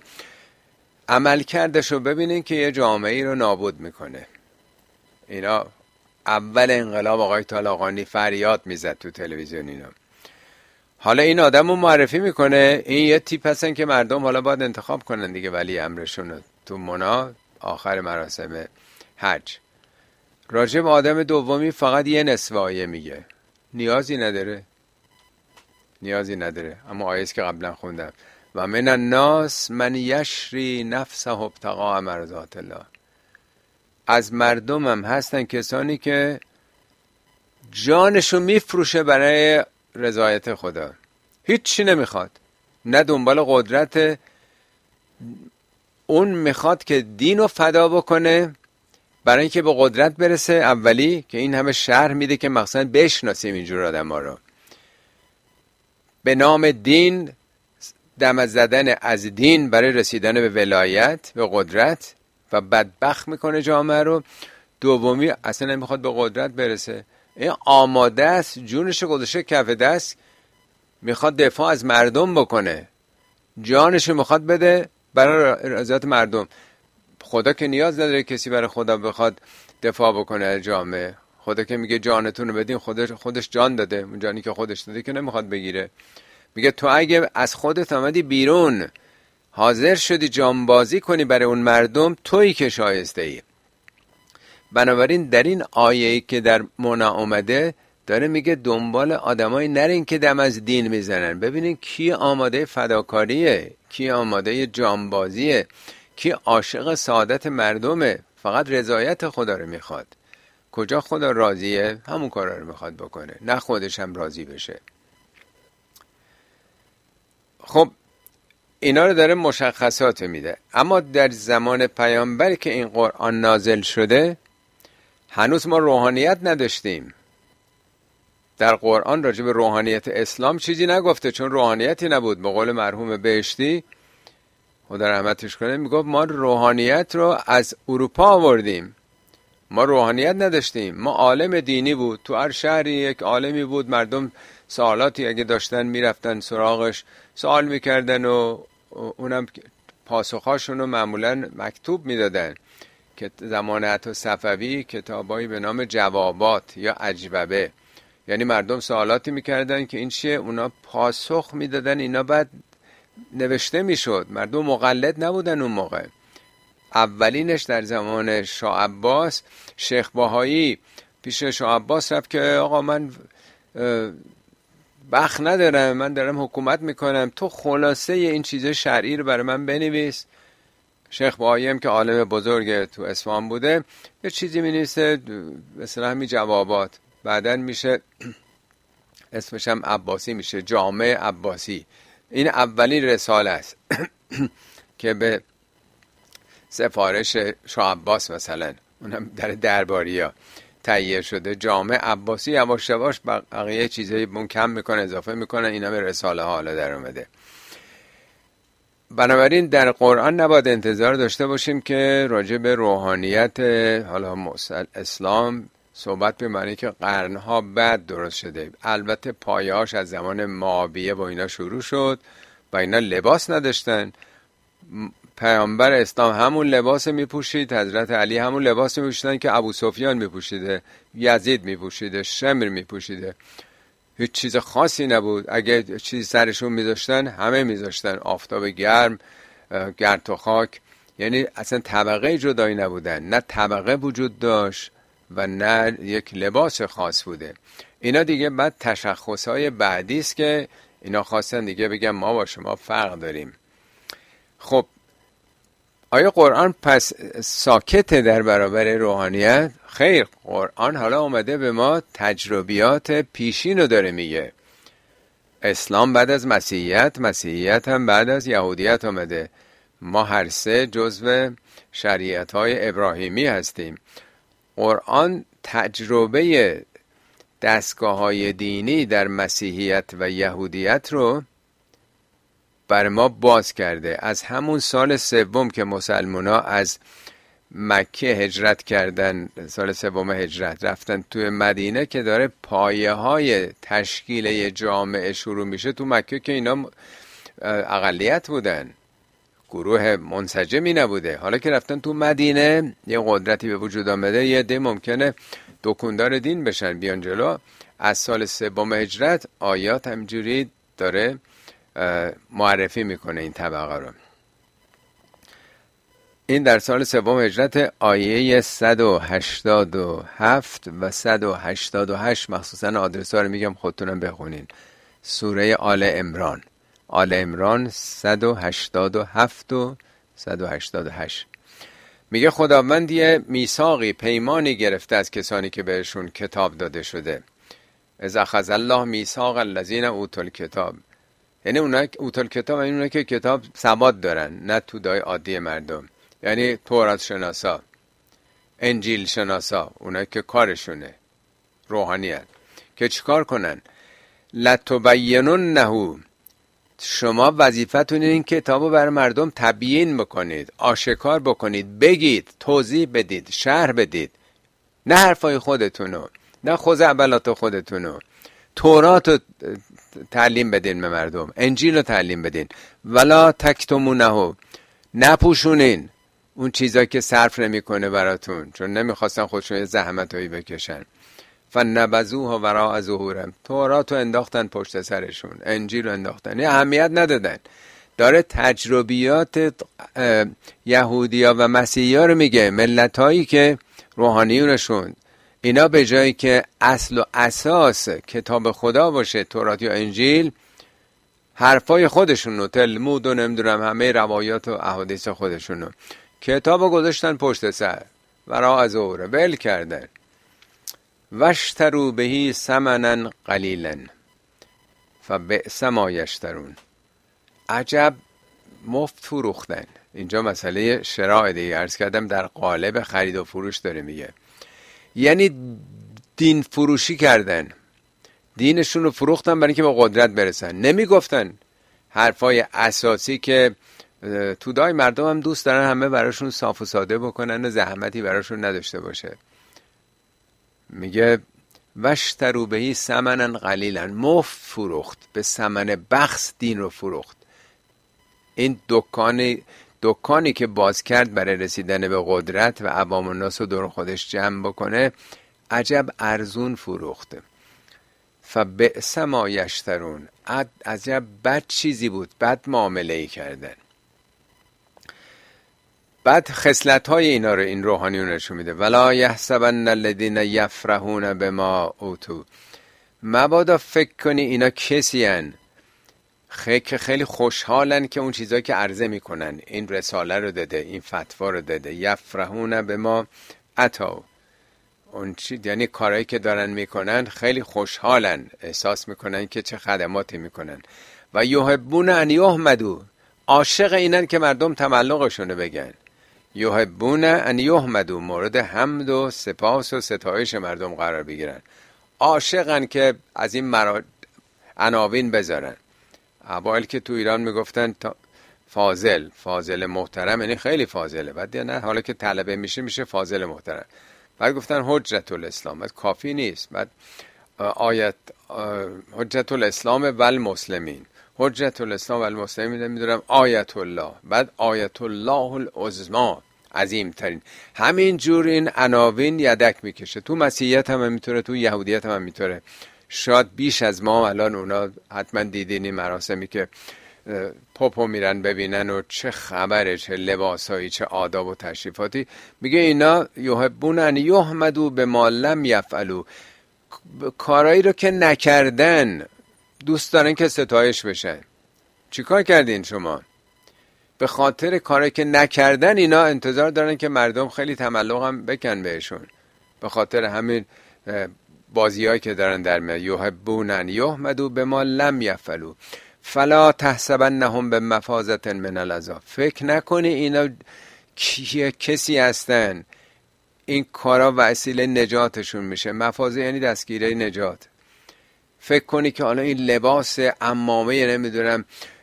عمل کردش رو ببینین که یه جامعه رو نابود میکنه. اینا اول انقلاب آقای طالقانی فریاد میزد تو تلویزیون اینا. حالا این آدمو معرفی میکنه، این یه تیپ هستن که مردم حالا باید انتخاب کنن دیگه ولی امرشون تو منا آخر مراسم حج. راجب آدم دومی فقط یه نصف آیه میگه، نیازی نداره. اما آیه‌ای که قبلا خوندم و من الناس من یشری نفسه ابتغاء مرضات الله. از مردم هم هستن کسانی که جانشو میفروشه برای رضایت خدا، هیچی نمیخواد، نه دنبال قدرت، اون میخواد که دینو فدا بکنه برای اینکه به قدرت برسه اولی، که این همه شرح میده که مقصد بشناسیم اینجور آدم ها رو، به نام دین دم زدن از دین برای رسیدن به ولایت، به قدرت، و بدبخت میکنه جامعه رو. دومی اصلا نمیخواد به قدرت برسه، این آماده است، جونش گذاشته کف دست، میخواد دفاع از مردم بکنه، جانش میخواد بده برای رضایت مردم. خدا که نیاز نداره کسی برای خدا بخواد دفاع بکنه از جامعه. خدا که میگه جانتون رو بدین، خودش جان داده، اون جانی که خودش داده که نمیخواد بگیره. میگه تو اگه از خودت آمدی بیرون، حاضر شدی جانبازی کنی برای اون مردم، تویی که شایسته ای. بنابراین در این آیه‌ای که در مونا اومده داره میگه دنبال آدمایی نرین که دم از دین میزنن. ببینین کی آماده فداکاریه، کی آماده جانبازیه، کی عاشق سعادت مردمه، فقط رضایت خدا رو میخواد. کجا خدا راضیه همون کارا رو میخواد بکنه، نه خودش هم راضی بشه. خب اینا رو داره مشخصات میده. اما در زمان پیامبر که این قرآن نازل شده هنوز ما روحانیت نداشتیم. در قرآن راجع به روحانیت اسلام چیزی نگفته، چون روحانیتی نبود. به قول مرحوم بهشتی خدا رحمتش کنه میگفت ما روحانیت رو از اروپا آوردیم، ما روحانیت نداشتیم، ما عالم دینی بود، تو هر شهری یک عالمی بود، مردم سوالاتی اگه داشتن میرفتن سراغش سوال میکردن و اونم پاسخاشون رو معمولا مکتوب میدادن. که زمان حتی صفوی کتابایی به نام جوابات یا اجوبه، یعنی مردم سوالاتی میکردن که این چیه، اونا پاسخ میدادن، اینا بعد نوشته میشد. مردم مقلد نبودن اون موقع. اولینش در زمان شاه عباس، شیخ بهایی پیش شاه عباس رفت که آقا من بخت ندارم، من دارم حکومت میکنم، تو خلاصه این چیز شرعی رو برای من بنویس. شیخ بهایی هم که عالم بزرگ تو اصفهان بوده یه چیزی مینویسه مثلا همین جوابات، بعدن میشه اسمش هم عباسی میشه، جامع عباسی. این اولین رساله است که به سفارش شاه عباس مثلا، اونم در درباریا تهیه شده، جامع عباسی. یواش یواش بقیه چیزایی کم میکنه اضافه میکنه، اینا به رساله ها حالا در اومده. بنابراین در قرآن نباید انتظار داشته باشیم که راجع به روحانیت حالا اسلام صحبت به معنی که قرنها بعد درست شده. البته پایه‌اش از زمان معاویه با اینا شروع شد و اینا لباس نداشتن. پیامبر اسلام همون لباس میپوشید، حضرت علی همون لباس میپوشیدن که ابو سفیان میپوشیده، یزید میپوشیده، شمر میپوشیده. هیچ چیز خاصی نبود. اگه چیزی سرشون میذاشتن همه میذاشتن، آفتاب گرم، گرد و خاک. یعنی اصلا طبقه جدایی نبودن، نه طبقه وجود داشت و نه یک لباس خاص بوده. اینا دیگه بعد تشخصهای بعدی است که اینا خواستن دیگه بگن ما با شما فرق داریم. خب آیا قرآن پس ساکته در برابر روحانیت؟ خیر، قرآن حالا اومده به ما تجربیات پیشین رو داره میگه. اسلام بعد از مسیحیت، مسیحیت هم بعد از یهودیت اومده. ما هر سه جزو شریعت‌های ابراهیمی هستیم. قرآن تجربه دستگاه‌های دینی در مسیحیت و یهودیت رو بر ما باز کرده. از همون سال سوم که مسلمان‌ها از مکه هجرت کردن، سال سوم هجرت رفتن توی مدینه، که داره پایه‌های تشکیل جامعه شروع میشه. تو مکه که اینا اقلیت بودن، گروه منسجمی نبوده. حالا که رفتن تو مدینه یه قدرتی به وجود آمده، یه عده ممکنه دکوندار دین بشن بیان جلو. از سال 3 هجرت آیات همجوری داره معرفی میکنه این طبقه رو. این در سال 3 هجرت آیه 187 و 188 مخصوصا آدرس ها رو میگم خودتونم بخونین. سوره آل عمران، آل عمران 187 و 188 میگه خداوند یه میثاقی، پیمانی گرفته از کسانی که بهشون کتاب داده شده. اذ اخذ الله میثاق الذین اوتوا الکتاب، یعنی اونایی که اوتوا الکتاب، یعنی اونایی که کتاب ثبات دارن، نه تودای عادی مردم، یعنی تورات شناسا، انجیل شناسا، اونایی که کارشونه روحانیت، که چیکار کنن؟ لتبیننه، شما وظیفتون این کتابو برای مردم تبیین بکنید، آشکار بکنید، بگید، توضیح بدید، شرح بدید، نه حرفای خودتونو، نه خزعبلات خودتونو. تورات رو تعلیم بدین به مردم، انجیل رو تعلیم بدین. ولا تکتمونه، نپوشونین اون چیزایی که صرف نمیکنه براتون، چون نمیخواستن خودشون زحمتایی بکشن. فنبذوها وراء ظهورهم، تورات رو انداختن پشت سرشون، انجیل رو انداختن، یه اهمیت ندادن. داره تجربیات یهودیا و مسیحیا رو میگه، ملتایی که روحانیونشون اینا به جایی که اصل و اساس کتاب خدا باشه، تورات یا انجیل، حرفای خودشونو، تلمود و نمیدونم همه روایات و احادیث خودشونو، کتابو گذاشتن پشت سر، وراء ظهوره ول کردن. واشتروا بهی ثمنا قلیلا فبئس ما یشترون، عجب مفت فروختن. اینجا مسئله شراء دیگه عرض کردم، در قالب خرید و فروش داره میگه، یعنی دین فروشی کردن، دینشون رو فروختن برای اینکه به قدرت برسن. نمیگفتن حرفای اساسی که تودای مردم هم دوست دارن همه براشون صاف و ساده بکنن و زحمتی براشون نداشته باشه. میگه واشتروا بهی ثمنا قلیلا، مفت فروخت، به ثمن بخس دین رو فروخت. این دکانی که باز کرد برای رسیدن به قدرت و عوام الناس رو دور خودش جمع بکنه، عجب ارزون فروخته. فبئس ما یشترون، عجب بد چیزی بود، بد معامله ای کردن. بعد خصلت های اینا رو این روحانیون نشون میده. ولا یحسبن الذین یفرحون بما اوتوا، مبادا فکر کنی اینا کسی هن که خیلی خوشحالن که اون چیزایی که عرضه میکنن، این رساله رو داده، این فتوا رو داده. یفرحون بما اتوا، اون چی یعنی کارهایی که دارن میکنن خیلی خوشحالن، احساس میکنن که چه خدماتی میکنن. و یحبون ان یحمدوا، عاشق اینن که مردم تملقشون رو بگن. یحبون ان یحمدوا، مورد حمد و سپاس و ستایش مردم قرار بگیرن، عاشقن که از این عناوین بذارن. اوایل که تو ایران میگفتن فاضل محترم، یعنی خیلی فاضله، بعد نه حالا که طلبه میشه فاضل محترم. بعد گفتن حجت الاسلام، بعد کافی نیست، بعد آیت حجت الاسلام و المسلمین، حجت الاسلام و المسلمین، نمیدونم آیت الله، بعد آیت الله العظمی، عظیم ترین. همین جور این عناوین یدک میکشه. تو مسیحیت هم میتونه، تو یهودیت هم میتونه، شاید بیش از ما. الان اونا حتما دیدین این مراسمی که پاپو میرن ببینن و چه خبره، چه لباسایی، چه آداب و تشریفاتی. میگه اینا یحبون ان یحمدوا بما لم یفعلوا، کارایی رو که نکردن دوست دارن که ستایش بشن. چیکار کردین شما؟ به خاطر کارایی که نکردن اینا انتظار دارن که مردم خیلی تملق هم بکن بهشون. به خاطر همین بازیایی که دارن در میاد. یحبون ان یحمدوا بما لم یفعلوا فلا تحسبنهم بمفازة من العذاب، فکر نکنی اینا کسی هستن این کارا وسیله نجاتشون میشه. مفازه یعنی دستگیره نجات. فکر کنی که حالا این لباس عمامه نمیدونم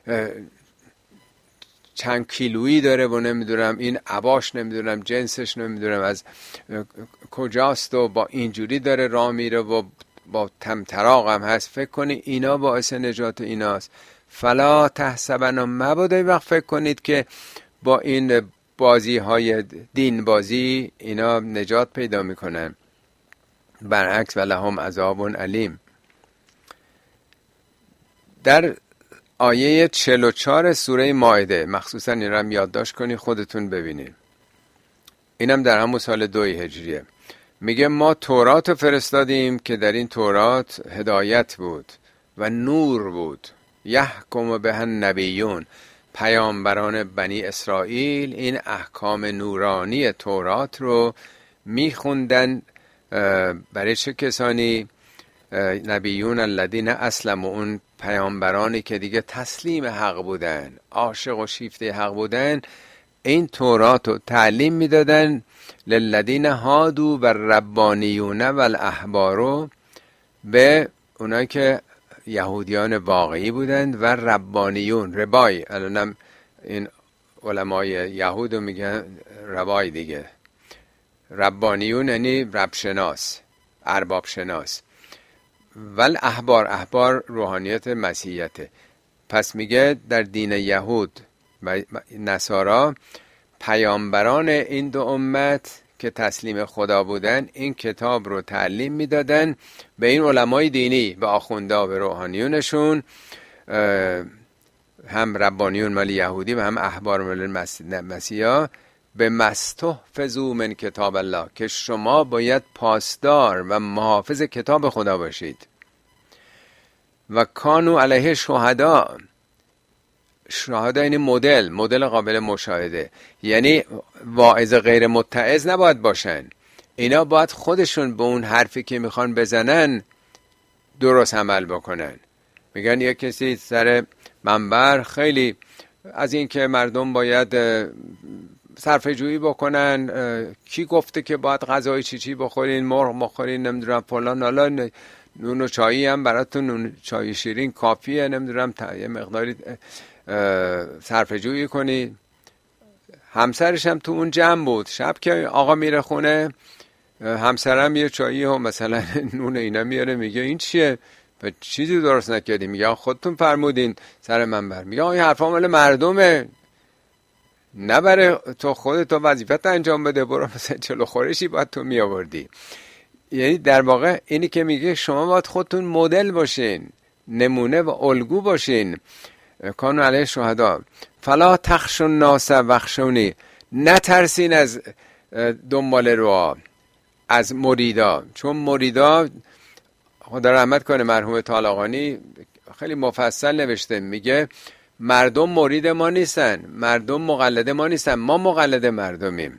چند کیلویی داره و نمیدونم این عباش نمیدونم جنسش نمیدونم از کجاست و با اینجوری داره راه میره و با طمطراق هم هست، فکر کنی اینا باعث نجات ایناست. فلا تحسبن، مبادا این وقت فکر کنید که با این بازی های دین بازی اینا نجات پیدا میکنن. برعکس ولهم عذاب علیم. در آیه 44 سوره مائده، مخصوصا این رو هم یادداشت کنی خودتون ببینید، اینم در همون سال 2 هجریه، میگه ما تورات فرستادیم که در این تورات هدایت بود و نور بود. یحکم به النبیون، پیامبران بنی اسرائیل این احکام نورانی تورات رو میخوندن. برای چه کسانی؟ نبیون الذین اسلموا، اون پیامبرانی که دیگه تسلیم حق بودن، عاشق و شیفته حق بودن، این تورات رو تعلیم میدادن. للذین هادوا و ربانیون و الاحبار، به اونایی که یهودیان واقعی بودند و ربانیون، ربای، الانم این علمای یهود رو میگن ربای دیگه. ربانیون یعنی ربشناس، ارباب شناس. ول احبار، احبار روحانیت مسیحیته. پس میگه در دین یهود و نصارا پیامبران این دو امت که تسلیم خدا بودن این کتاب رو تعلیم میدادن به این علمای دینی، به آخوندا، به روحانیونشون، هم ربانیون مال یهودی و هم احبار مال مسیحا، به مستحفظوا من کتاب الله، که شما باید پاسدار و محافظ کتاب خدا باشید. و کانوا علیه شهدا، شهدا یعنی مدل قابل مشاهده، یعنی واعظ غیر متعظ نباید باشن، اینا باید خودشون به اون حرفی که میخوان بزنن درست عمل بکنن. میگن یک کسی سر منبر خیلی از این که مردم باید صرفه جویی بکنن، کی گفته که باید غذای چی بخورین، مرغ بخورین، نمیدونم فلان، حالا نون و چایی هم براتون، نون چای شیرین کافیه، نمیدونم یه مقداری صرفه جویی کنید. همسرش هم تو اون جمع بود، شب که آقا میره خونه، همسرم یه چایی و مثلا نون اینا میاره، میگه این چیه؟ چیزی درست نکردی. میگه خودتون فرمودین سر منبر. میگه این حرفا مال مردمه، نبره تو خودت وظیفت انجام بده، برو مثلا چلو خورشی باید تو می آوردی. یعنی در واقع اینی که میگه شما باید خودتون مدل باشین، نمونه و الگو باشین. کانوا علیه شهدا فلا تخشوا الناس واخشونی، نترسین از دنبال روا، از مریدا. چون مریدا، خدا رحمت کنه مرحوم طالقانی خیلی مفصل نوشته، میگه مردم مرید ما نیستن، مردم مقلد ما نیستن، ما مقلد مردمیم.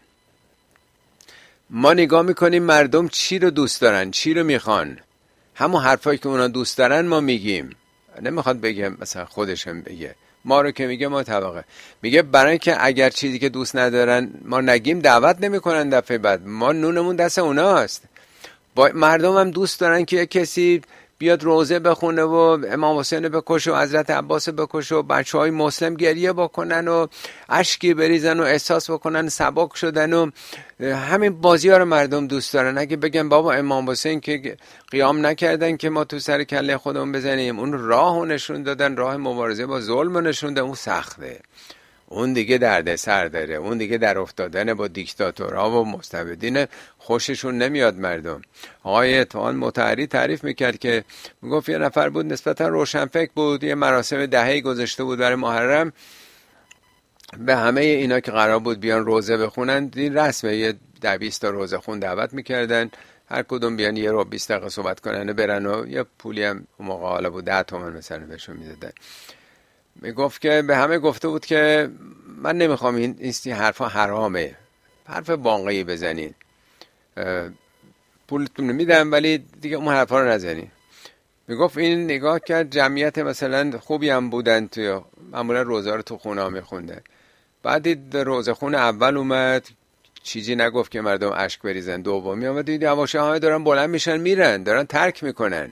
ما نگاه میکنیم مردم چی رو دوست دارن، چی رو میخوان، همون حرفایی که اونا دوست دارن ما میگیم. نمیخواد بگه مثلا خودشم بگه، ما رو که میگه ما طبقه. میگه برای اینکه اگر چیزی که دوست ندارن ما نگیم دعوت نمیکنن دفعه بعد، ما نونمون دست اوناست. مردم هم دوست دارن که یک کسی بیاد روزه بخونه و امام حسین بکشه و حضرت عباس بکشه و بچه های مسلم گریه بکنن و اشکی بریزن و احساس بکنن سبک شدن و همین بازی ها رو مردم دوست دارن. اگه بگن بابا امام حسین که قیام نکردن که ما تو سر کله خودمون بزنیم، اون راه رو نشون دادن، راه مبارزه با ظلم رو نشون دادن، اون سخته، اون دیگه درد سر داره، اون دیگه در افتادن با دیکتاتورها و مستبدین خوششون نمیاد مردم. آقای اتحان مطهری تعریف میکرد که میگفت یه نفر بود نسبتا روشنفکر بود، یه مراسم دهه‌ای گذاشته بود برای محرم، به همه اینا که قرار بود بیان روزه بخونن، این رسمه، یه 10-20 تا روزه خون دعوت میکردن، هر کدوم بیان یه رو 20 دقیقه صحبت کنن و برن و یه پولی هم اون موقع حالا بود 10 تومن مثلا بهشون میدادن. میگفت که به همه گفته بود که من نمیخوام این حرفا حرامه، حرف باقی بزنین، پولتون میدم ولی دیگه اون حرفا رو نزنین. میگفت این نگاه کرد، جمعیت مثلا خوبی هم بودن، توی معمولا روزه رو تو خونه ها میخوندن. بعد دید روزه خون اول اومد، چیزی نگفت که مردم اشک بریزن. دومی اومد دید یواشاها دارن بلند میشن میرن، دارن ترک میکنن.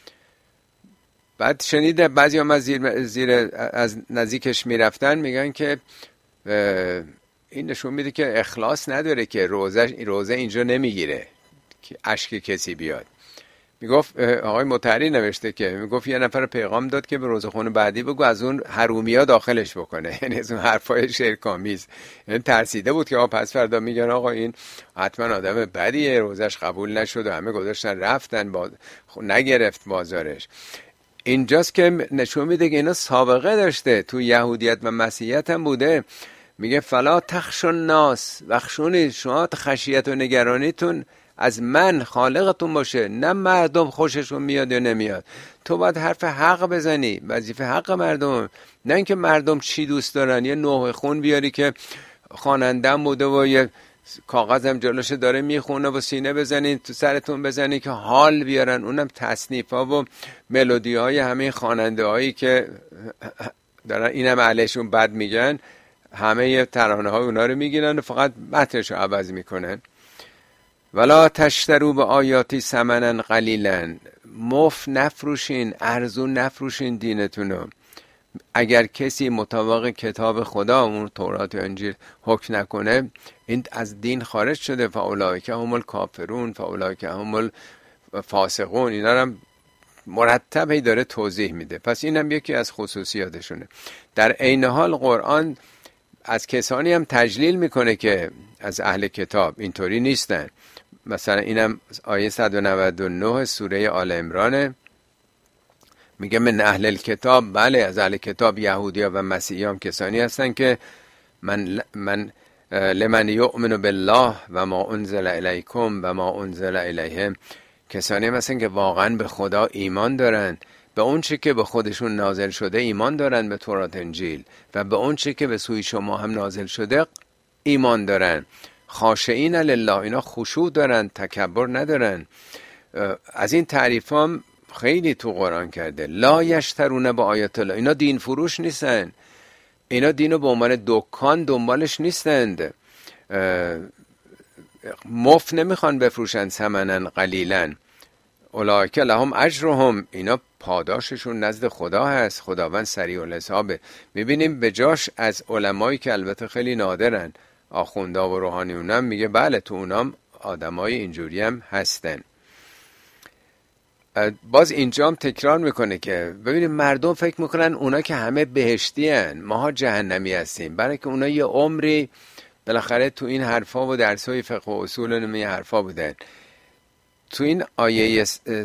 بعد شنیده بعضی هم از زیر از نزدیکش میرفتن، میگن که این نشون میده که اخلاص نداره، که روزه اینجا نمیگیره که اشک کسی بیاد. میگفت آقای مطهری نوشته که میگفت یه نفر پیغام داد که به روزخون بعدی بگو از اون حرومیا داخلش بکنه، یعنی از اون حرفای شرک‌آمیز. یعنی ترسیده بود که پس فردا میگن آقا این حتما آدم بدیه، روزش قبول نشد و همه گذاشتن رفتن نگرفت بازارش. اینجاست که نشون میده که اینا سابقه داشته، تو یهودیت و مسیحیت هم بوده. میگه فلا تخشوا الناس واخشونی، شما خشیت و نگرانیتون از من خالقتون باشه، نه مردم خوششون میاد یا نمیاد. تو باید حرف حق بزنی، وظیفه حق مردم، نه اینکه مردم چی دوست دارن. یه نوح خون بیاری که خواننده‌ام بوده و یه کاغذم جلوش داره میخونه و سینه بزنید تو سرتون بزنید که حال بیارن. اونم تصنیف‌ها و ملودی‌های همین خواننده‌هایی که دارن اینم علیشون بد میگن، همه ترانه‌های اونا رو میگیرن و فقط متنشو عوض میکنن. ولا تشترو به آیاتی ثمنا قلیلا، مفت نفروشین، ارزون نفروشین دینتونو. اگر کسی مطابق کتاب خدا اون تورات و انجیل حکم نکنه، این از دین خارج شده. فاولئک هم الکافرون فاولئک هم الفاسقون. اینا رو مرتب داره توضیح میده. پس اینم یکی از خصوصیاتشونه. در عین حال قرآن از کسانی هم تجلیل میکنه که از اهل کتاب اینطوری نیستن. مثلا اینم آیه 199 سوره آل عمرانه، میگه من اهل الکتاب، بله از اهل کتاب یهودیا و مسیحیان کسانی هستن که من لمن یؤمن بالله و ما انزل الیکم و ما انزل الیهم، کسانی هستن که واقعا به خدا ایمان دارن، به اون چی که به خودشون نازل شده ایمان دارن، به تورات انجیل، و به اون چی که به سوی شما هم نازل شده ایمان دارن. خاشعین لله، اینا خشوع دارن، تکبر ندارن. از این تعریف هم خیلی تو قرآن کرده. لا یشترون با آیات الله، اینا دین فروش نیستن، اینا دینو به عنوان دکان دنبالش نیستند، مفت نمیخوان بفروشن ثمنا قلیلا. اولئک لهم اجرهم، اینا پاداششون نزد خدا هست، خداوند سریع الحسابه. میبینیم به جاش از علمایی که البته خیلی نادرن، آخوندا و روحانیونم، میگه بله تو اونام آدمای اینجوری هم هستن. باز اینجا هم تکرار میکنه که ببینیم مردم فکر میکنن اونا که همه بهشتی هن، ماها جهنمی هستیم، برای که اونا یه عمری بالاخره تو این حرفا و درسای فقه و اصول این حرفا بودن. تو این آیه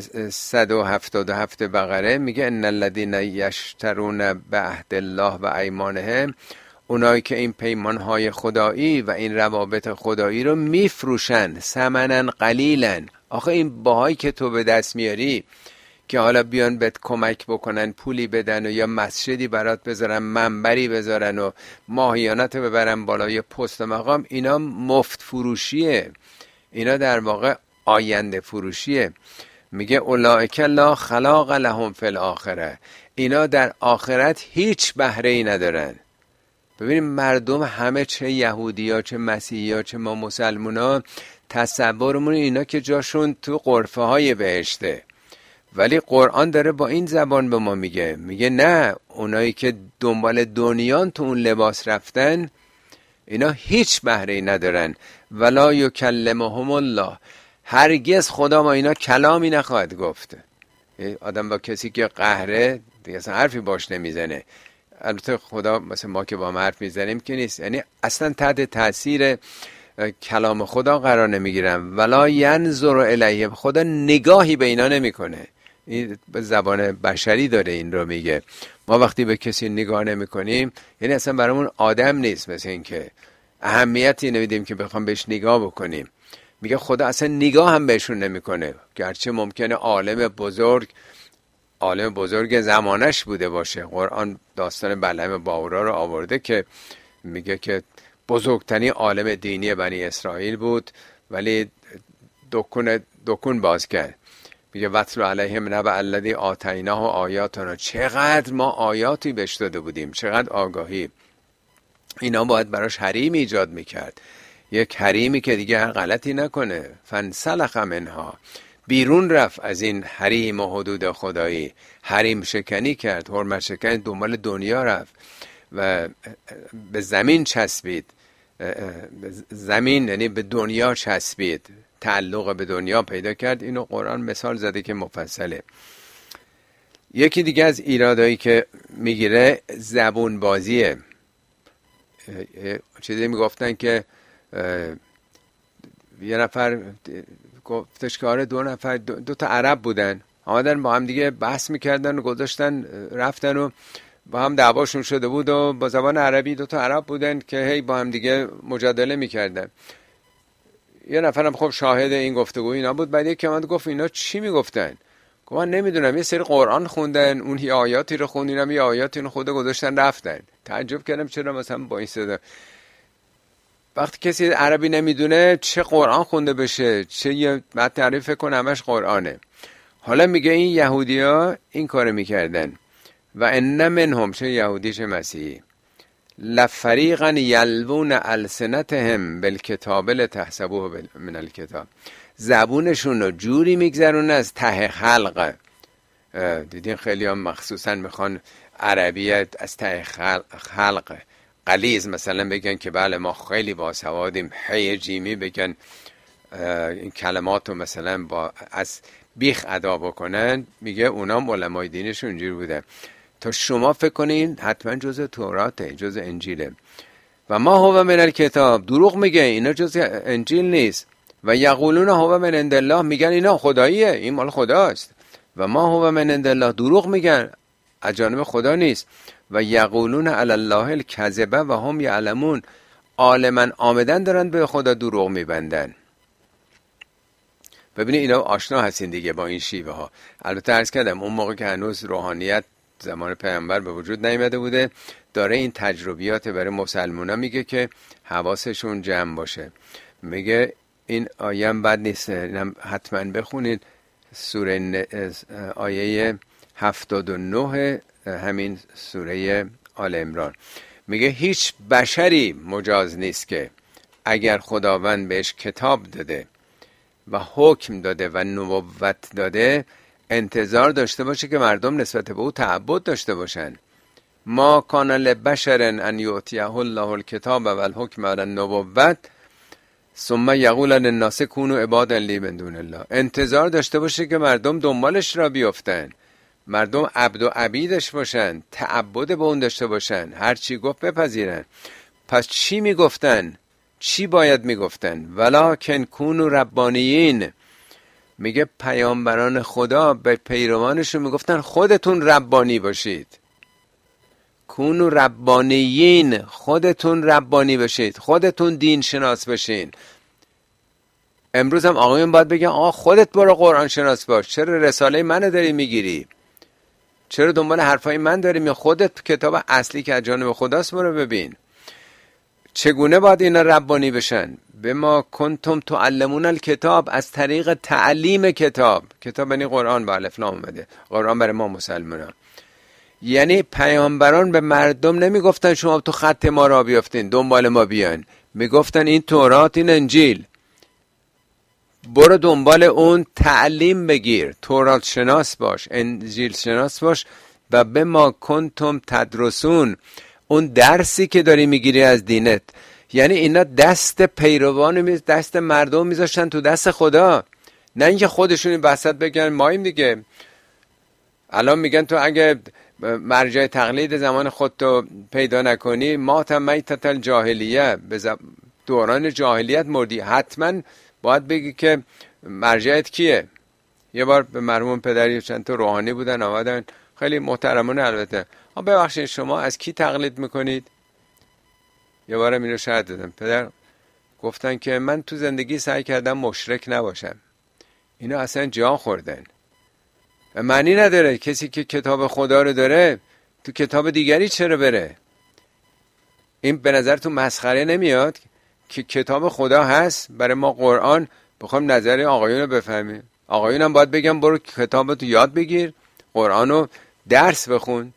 177 بقره میگه ان الذین یشترون بعهد الله و ایمانهم، اونایی که این پیمانهای خدایی و این روابط خدایی رو میفروشن ثمنا قلیلا. آخه این باهایی که تو به دست میاری که حالا بیان بهت کمک بکنن، پولی بدن و یا مسجدی برات بذارن، منبری بذارن و ماهیانت ببرن بالای پست و مقام، اینا مفت فروشیه، اینا در واقع آینده فروشیه. میگه اولئک لا خلاق لهم فی الاخره، اینا در آخرت هیچ بهره ای ندارن. ببینیم مردم همه، چه یهودی ها چه مسیحی ها چه ما مسلمان ها، تصورمون اینا که جاشون تو غرفه های بهشته، ولی قرآن داره با این زبان به ما میگه نه، اونایی که دنبال دنیان تو اون لباس رفتن اینا هیچ بهره ای ندارن. ولا یکلمهم الله، هرگز خدا با اینا کلامی نخواهد گفت. آدم با کسی که قهره دیگه اصلا حرفی باش نمیزنه. البته خدا مثل ما که با ما حرف میزنیم که نیست، یعنی اصلا تحت تاثیر کلام خدا قرار نمیگیرن. ولا ینظر الیهم، خدا نگاهی به اینا نمیکنه. این به زبان بشری داره این رو میگه. ما وقتی به کسی نگاه نمیکنیم یعنی اصلا برامون آدم نیست، مثل این که اهمیتی نمیدیم که بخوام بهش نگاه بکنیم. میگه خدا اصلا نگاه هم بهشون نمیکنه، گرچه ممکنه عالم بزرگ زمانش بوده باشه. قرآن داستان بلعم باورا رو آورده که میگه که بزرگترین عالم دینی بنی اسرائیل بود، ولی دکون باز کرد. میگه وَاتْلُ عَلَیْهِمْ نَبَأَ الَّذِی آتَیْنَاهُ آیاتنا، چقدر ما آیاتی بهش داده بودیم، چقدر آگاهی. اینا باید براش حریم ایجاد میکرد، یک حریمی که دیگه هر غلطی نکنه. فانسلخ منها، بیرون رفت از این حریم و حدود خدایی، حریم شکنی کرد، حرمت شکنی، دنبال دنیا رفت و به زمین چسبید. زمین یعنی به دنیا چسبید، تعلق به دنیا پیدا کرد. اینو قرآن مثال زده که مفصله. یکی دیگه از ایرادایی که میگیره زبون بازیه. چیزی میگفتن که یه نفر گفتش که آره دو تا عرب بودن، آمدن با هم دیگه بحث میکردن و گذاشتن رفتن و با هم دعواشون شده بود و با زبان عربی دو تا عرب بودن که هی با هم دیگه مجادله میکردن. یه نفرم خب شاهد این گفتگو اینا بود. بعد یکی اومد گفت اینا چی میگفتن؟ گفت من نمیدونم، یه سری قرآن خوندن، اون یه آیاتی رو خوندینم، یه آیاتی رو خود گذاشتن رفتن. تعجب کردم چرا مثلا با این صدا. وقتی کسی عربی نمیدونه چه قرآن خونده بشه، چه یه بعد تعریف کنه همش قرآنه. حالا میگه این یهودی‌ها این کارو میکردن و ان منهم، چه یهودی چه مسیحی، لفریقا یلوون السنتهم بالکتاب لتحسبوه من الکتاب، زبونشون رو جوری میگذرون از ته خلق. دیدین خیلی هم مخصوصا میخوان عربیت از ته خلق غلیظ مثلا بگن که بله ما خیلی باسوادیم، هی جیمی بگن این کلمات رو مثلا با از بیخ ادا بکنن. میگه اونا علمای دینشون اینجوری بوده. تا شما فکر کنین حتما جز توراته، جز انجیله. و ما هو من الکتاب، دروغ میگه اینا جز انجیل نیست. و یقولون هو من عند الله، میگن اینا خداییه، این مال خداست. و ما هو من عند الله، دروغ میگن از جانب خدا نیست. و یقولون علی الله الکذب و هم یعلمون، عالما آمدن دارن به خدا دروغ میبندن. ببینید اینا آشنا هستین دیگه با این شیوه ها. البته عرض کردم اون موقع که هنوز روحانیت زمان پیامبر به وجود نیامده بوده، داره این تجربیات برای مسلمونا میگه که حواسشون جمع باشه. میگه این آیه هم بد نیست، اینم حتما بخونید، سوره آیه 79 همین سوره آل عمران. میگه هیچ بشری مجاز نیست که اگر خداوند بهش کتاب داده و حکم داده و نبوت داده انتظار داشته باشه که مردم نسبت به او تعبد داشته باشن. ما کان لبشر ان یؤتیه الله الکتاب و الحکم و النبوت ثم یقول للناس کونوا عبادا لی من دون الله. انتظار داشته باشه که مردم دنبالش را بیفتن، مردم عبد و عبیدش باشن، تعبد به اون داشته باشن، هر چی گفت بپذیرن. پس چی میگفتن؟ چی باید میگفتن؟ ولکن کونوا ربانیین. میگه پیامبران خدا به پیروانشون میگفتن خودتون ربانی باشید. کونوا ربانیین، خودتون ربانی باشید، خودتون دین شناس باشین. امروز هم آقایون باید بگن آقا خودت برو قرآن شناس باش، چرا رساله منو داری میگیری؟ چرا دنبال حرفای من داری می؟ خودت کتاب اصلی که از جانب خداست برو ببین. چگونه باید اینا ربانی بشن؟ به ما کنتم تعلمون الکتاب، از طریق تعلیم کتاب. کتاب یعنی قرآن، با الف لام اومده، قرآن برای ما مسلمانان. یعنی پیامبران به مردم نمیگفتن شما تو خط ما را بیافتین دنبال ما بیان، میگفتن این تورات، این انجیل، برو دنبال اون تعلیم بگیر، تورات شناس باش، انجیل شناس باش. و به ما کنتم تدرسون، اون درسی که داری میگیری از دینت. یعنی اینا دست پیروان دست مردم میذاشتن تو دست خدا، نه اینکه خودشون وسط بگن ماییم دیگه. الان میگن تو اگه مرجع تقلید زمان خودتو پیدا نکنی ما میتت الجاهلیه، به دوران جاهلیت مردی. حتما باید بگی که مرجعت کیه. یه بار به مرحوم پدری چند تا روحانی بودن آمدن، خیلی محترمانه البته، ببخشید شما از کی تقلید میکنید؟ یه بارم اینو شاهد دادم. پدر گفتن که من تو زندگی سعی کردم مشرک نباشم. اینا اصلا جا خوردن. معنی نداره کسی که کتاب خدا رو داره تو کتاب دیگری چرا بره؟ این به نظر تو مسخره نمیاد که کتاب خدا هست برای ما قرآن، بخوام نظر آقایون رو بفهمیم؟ آقایون هم باید بگم برو کتابتو یاد بگیر، قرآن رو درس بخون.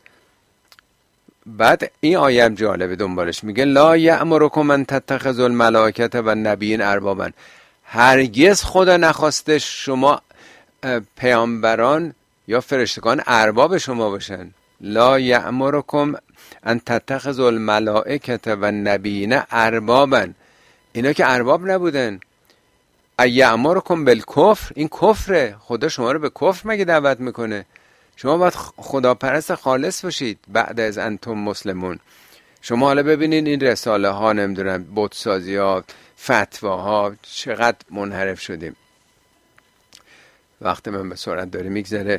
بعد این آیه هم جالبه دنبالش میگه لا یأمرکم ان تتخذوا الملائکه و النبیین اربابا. هرگز خدا نخواسته شما پیامبران یا فرشتگان ارباب شما باشن. لا یأمرکم ان تتخذوا الملائکه و النبیین اربابا. اینا که ارباب نبودن. ایامرکم بالکفر، این کفره. خدا شما رو به کفر مگه دعوت میکنه؟ شما باید خداپرست خالص باشید بعد از انتم مسلمون. شما حالا ببینین این رساله ها، نمیدونم بت سازی ها، فتواها، چقدر منحرف شدیم. وقت من به سرعت داره میگذره.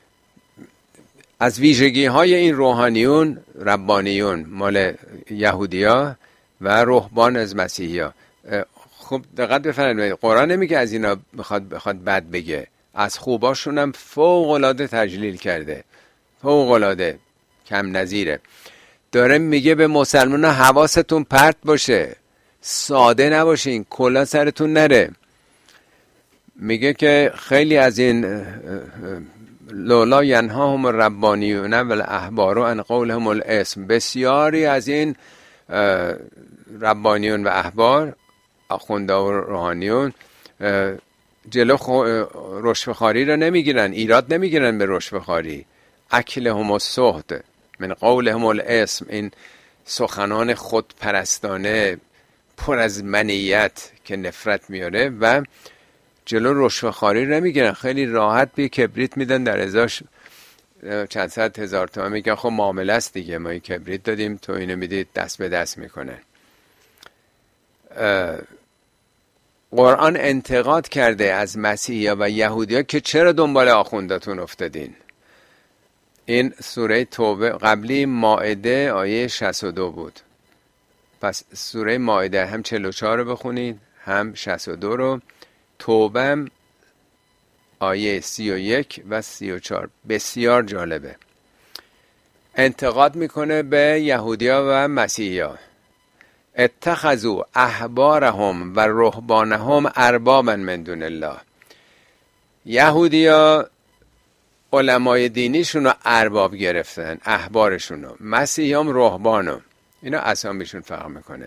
از ویژگی های این روحانیون، ربانیون مال یهودیا و رهبان از مسیحیا. خب دقت بفرمایید، قرآن نمیگه از اینا بخواد بد بگه، از خوباشون هم فوق العاده تجلیل کرده، فوق العاده کم نظیره. داره میگه به مسلمان حواستون پرت باشه، ساده نباشین، کلا سرتون نره. میگه که خیلی از این لولا ینهاهم الربانیون والاحبار عن قولهم الاسم، بسیاری از این ربانیون و احبار، آخونده و روحانیون، جلو رشوه‌خواری رو نمیگیرن، ایراد نمیگیرن به رشوه‌خواری. اکلهم السحت من قولهم الاسم، این سخنان خودپرستانه پر از منیت که نفرت میاره و جلو رشوه‌خواری نمیگیرن. خیلی راحت به کبریت میدن، در ازاش چند صد هزار تومان میگن خب معامله است دیگه، ما این کبریت دادیم تو اینو میدید، دست به دست میکنن. قرآن انتقاد کرده از مسیحیا و یهودیا که چرا دنبال آخونداتون افتادین. این سوره توبه قبلی مائده آیه 62 بود، پس سوره مائده هم 44 رو بخونید هم 62 رو. توبه هم آیه 31 و 34 بسیار جالبه. انتقاد میکنه به یهودیا و مسیحیا. اتخذوا احبارهم و رهبانهم اربابا من دون الله. یهودیا علمای دینیشون رو ارباب گرفتن، احبارشون رو. مسیحیام رهبانو، اینا اسامیشون فرق میکنه.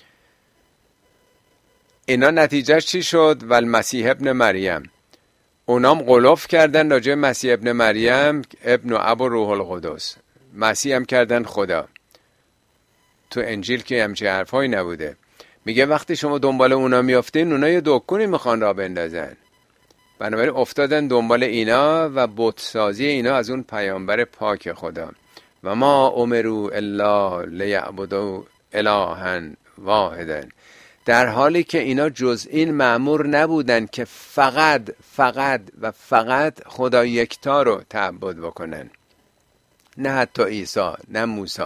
اینا نتیجهش چی شد؟ والمسیح ابن مریم. اونام غلوف کردن راجع مسیح ابن مریم، ابن و ابو روح القدس، مسیح هم کردن خدا. تو انجیل که همچه حرفایی نبوده. میگه وقتی شما دنبال اونا میافتین، اونا یه دکونی میخوان را بندازن، بنابراین افتادن دنبال اینا و بتسازی اینا از اون پیامبر پاک خدا. و ما امروا الا لیعبدوا الها واحدا، در حالی که اینا جز این مأمور نبودن که فقط خدا یکتا رو تعبد بکنن، نه حتی عیسی نه موسی.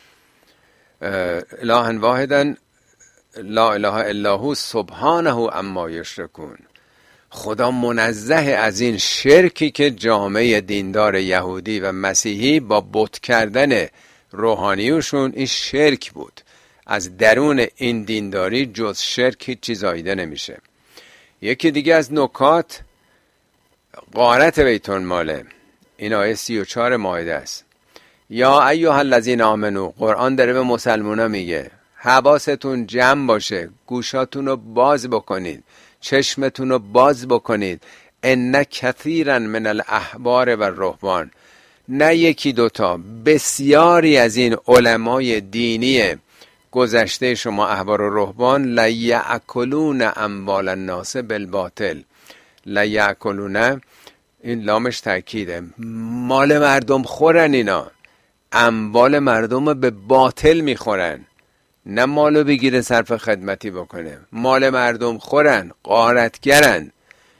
الها واحدا لا اله الا هو سبحانه عما یشرکون. خدا منزه از این شرکی که جامعه دیندار یهودی و مسیحی با بت کردن روحانیوشون، این شرک بود. از درون این دینداری جز شرک هیچ چیز زاییده نمیشه. یکی دیگه از نکات غارت بیت المال، این آیه 34 مائده است. یا ایها الذین آمنو، قرآن داره به مسلمونا میگه حواستون جمع باشه، گوشاتون رو باز بکنید، چشمتون رو باز بکنید. ان کثیرا من الاحبار و الرهبان، نه یکی دوتا، بسیاری از این علمای دینی گذشته شما احبار و رهبان، لیأکلون اموال الناس بالباطل. لیأکلون، این لامش تأکیده، مال مردم خورن، اینا اموال مردم رو به باطل میخورن، نه مالو بگیره صرف خدمتی بکنه، مال مردم خورن، غارتگرن.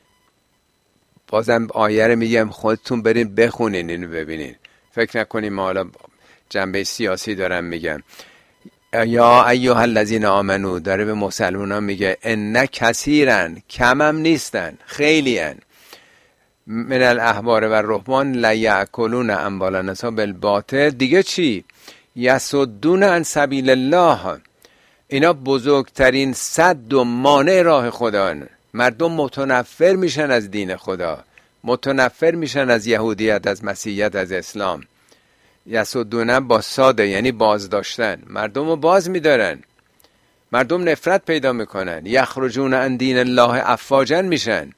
بازم آیه رو میگم خودتون برین بخونین اینو ببینین، فکر نکنین ما حالا جنبه سیاسی دارم میگم. یا ایها الذین آمنو داره به مسلمانان میگه ان کثیرا، کم هم نیستن، خیلی ان، من الاحبار و الرهبان لیأکلون اموال الناس بالباطل. دیگه چی؟ یصدون عن سبیل الله، اینا بزرگترین سد و مانع راه خدا. مردم متنفر میشن از دین خدا، متنفر میشن از یهودیت، از مسیحیت، از اسلام. یصدون با ساده یعنی باز داشتن، مردم رو باز میدارن، مردم نفرت پیدا میکنن. یخرجون عن دین الله افواجا میشن،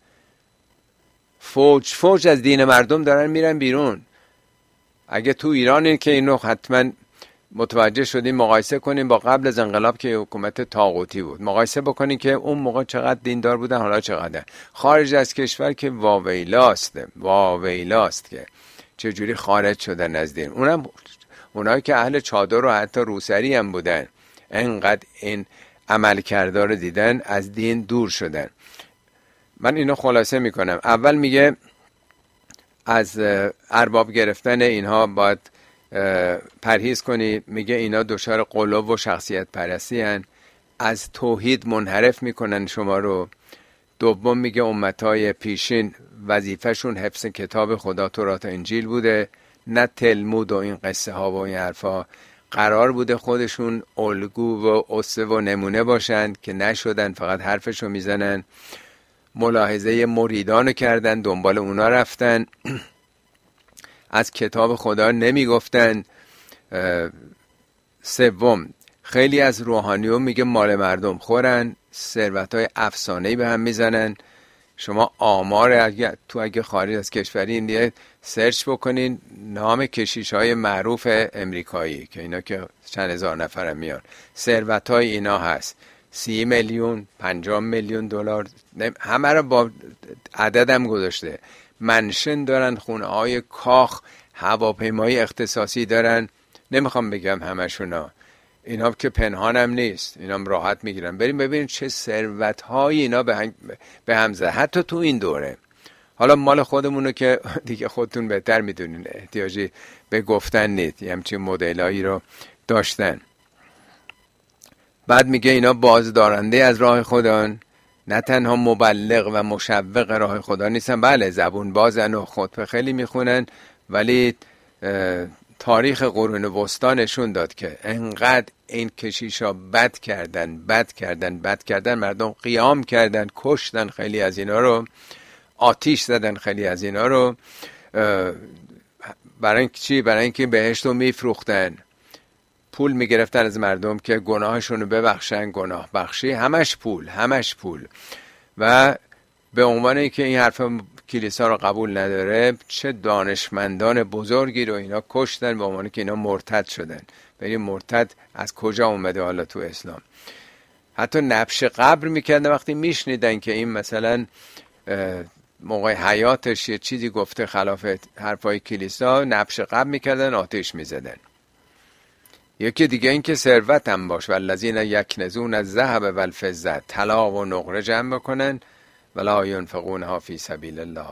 فوج از دین مردم دارن میرن بیرون. اگه تو ایران این که اینو حتما متوجه شدیم مقایسه کنیم با قبل از انقلاب که حکومت طاغوتی بود، مقایسه بکنیم که اون موقع چقدر دیندار بودن حالا چقدر. خارج از کشور که واویلاست که چجوری خارج شدن از دین. اونایی که اهل چادر و حتی روسری هم بودن، انقدر این عملکردها رو دیدن از دین دور شدن. من اینو خلاصه میکنم. اول میگه از ارباب گرفتن اینها باید پرهیز کنی. میگه اینا دچار قلوب و شخصیت پرستی هن، از توحید منحرف میکنن شما رو. دوم میگه امتهای پیشین وظیفهشون حفظ کتاب خدا، تورات و انجیل بوده، نه تلمود و این قصه ها و این حرفا. قرار بوده خودشون الگو و اسوه و نمونه باشن که نشدن، فقط حرفشو میزنن. ملاحظه مریدانو کردن، دنبال اونا رفتن، از کتاب خدا نمیگفتن. سوم، خیلی از روحانیون میگه مال مردم خورن، ثروت‌های افسانه‌ای به هم میزنن. شما آمار اگه خارج از کشوری این سرچ بکنین نام کشیش‌های معروف امریکایی که اینا که چند هزار نفر میان، ثروت‌های اینا هست 30 میلیون 50 میلیون دلار، همه رو با عددم گذاشته. منشن دارن، خونه‌های کاخ، هواپیمای اختصاصی دارن. نمیخوام بگم همشونا، اینا که پنهانم نیست، اینا هم راحت میگیرن. بریم ببینید چه ثروت‌هایی اینا به هم زد حتی تو این دوره. حالا مال خودمونو که دیگه خودتون بهتر میدونین، احتیاجی به گفتن نیست، همچین مدلایی رو داشتن. بعد میگه اینا بازدارنده از راه خدان، نه تنها مبلغ و مشوق راه خدا نیستن، بله زبون بازن و خطبه خیلی میخونن، ولی تاریخ قرون وسطا نشون داد که انقدر این کشیشا بد کردن، مردم قیام کردن، کشتن خیلی از اینا رو، آتیش زدن خیلی از اینا رو. برای چی؟ برای اینکه بهشتو میفروختن، پول میگرفتن از مردم که گناهشون رو ببخشن. گناه بخشی همش پول. و به عنوان اینکه این حرف کلیسا رو قبول نداره، چه دانشمندان بزرگی رو اینا کشتن به عنوان که اینا مرتد شدن. ولی مرتد از کجا اومده حالا تو اسلام؟ حتی نبش قبر میکردن وقتی میشنیدن که این مثلا موقع حیاتش یه چیزی گفته خلاف حرفای کلیسا، نبش قبر میکردن، آتش میزدن. یکی دیگه این که ثروت هم باش، والذین یکنزون الذهب والفضه، طلا و نقره جمع بکنن ولا ينفقونها فی سبیل الله.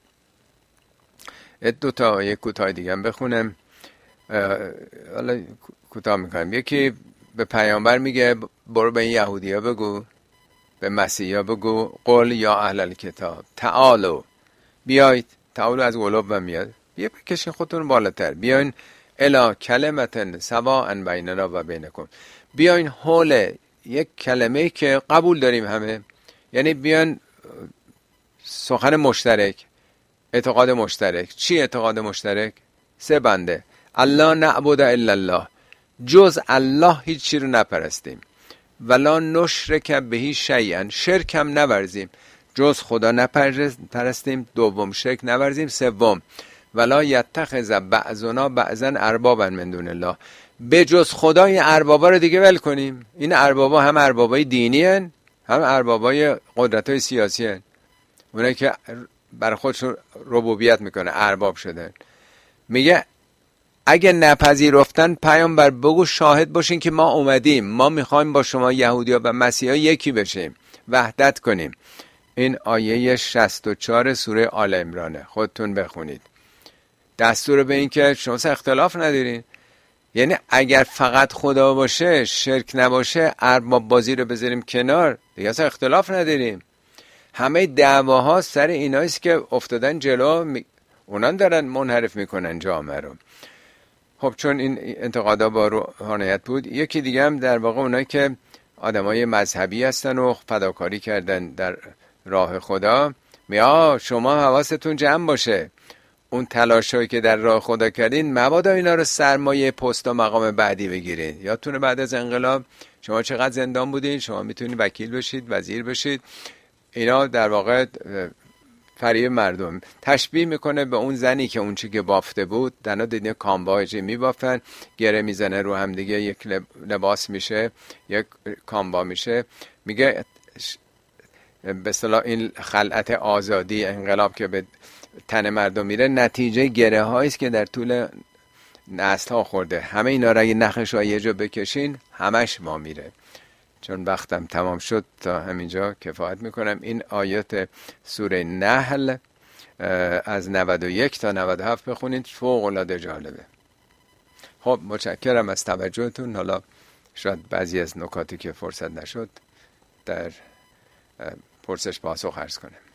یک کوتاه دیگه هم بخونم، حالا کوتاه میکنم. یکی به پیامبر میگه برو به این یهودیا بگو، به مسیحیا بگو، قل یا اهل الکتاب تعالو، بیایید. تعالو از قلوب و میاد، بیا بکشین خودتون بالاتر، بیاین الی کلمتن سواء بیننا و بینکم، بیاین حول یک کلمه که قبول داریم همه. یعنی بیاین سخن مشترک، اعتقاد مشترک. چی اعتقاد مشترک؟ 3 بنده: الله نعبد الا الله، جز الله هیچ چی رو نپرستیم، ولا نشرک به شیئا، شرک هم نورزیم، جز خدا نپرستیم. دوم شرک نورزیم. سوم ولا یتخذ بعضنا بعضا اربابا من دون الله، به جز خدا این اربابا رو دیگه ول کنیم. این اربابا هم اربابای دینی هن، هم اربابای قدرت‌های سیاسی هن. اونایی که برای خودشون ربوبیت میکنه ارباب شدن. میگه اگه نپذیرفتن، پیامبر بگو شاهد باشین که ما اومدیم، ما میخوایم با شما یهودیا و مسیحا یکی بشیم، وحدت کنیم. این آیه 64 سوره آل عمرانه، خودتون بخونید. دستور به این که شما اختلاف ندارین. یعنی اگر فقط خدا باشه، شرک نباشه، ارباب بازی رو بذاریم کنار، دیگه اصلا اختلاف نداریم. همه دعواها سر ایناییست که افتادن جلو، اونان دارن منحرف میکنن جامعه رو. خب چون این انتقادا با روحانیت بود، یکی دیگه هم در واقع اونایی که آدمای مذهبی هستن و فداکاری کردن در راه خدا، شما حواستون جمع باشه، اون تلاشایی که در راه خدا کردین مبادا اینا رو سرمایه پست و مقام بعدی بگیرین. یادتونه بعد از انقلاب شما چقدر زندان بودین، شما میتونید وکیل بشید، وزیر بشید. اینا در واقع فریب مردم. تشبیه میکنه به اون زنی که اون چی که بافته بود، دنا دیدین کامباجی میبافن، گره میزنه رو هم دیگه، یک لباس میشه، یک کامبا میشه. میگه به اصطلاح این خلعت آزادی، انقلاب که به تن مردم میره، نتیجه گره هایی است که در طول نسل ها خورده. همه اینا را اگه نخش ها یه جا بکشین همش ما میره. چون وقتم تمام شد تا همینجا کفایت میکنم. این آیات سوره نحل از 91 تا 97 بخونید، فوق العاده جالبه. خب متشکرم از توجهتون. حالا شاید بعضی از نکاتی که فرصت نشد در پرسش پاسخ عرض کنم.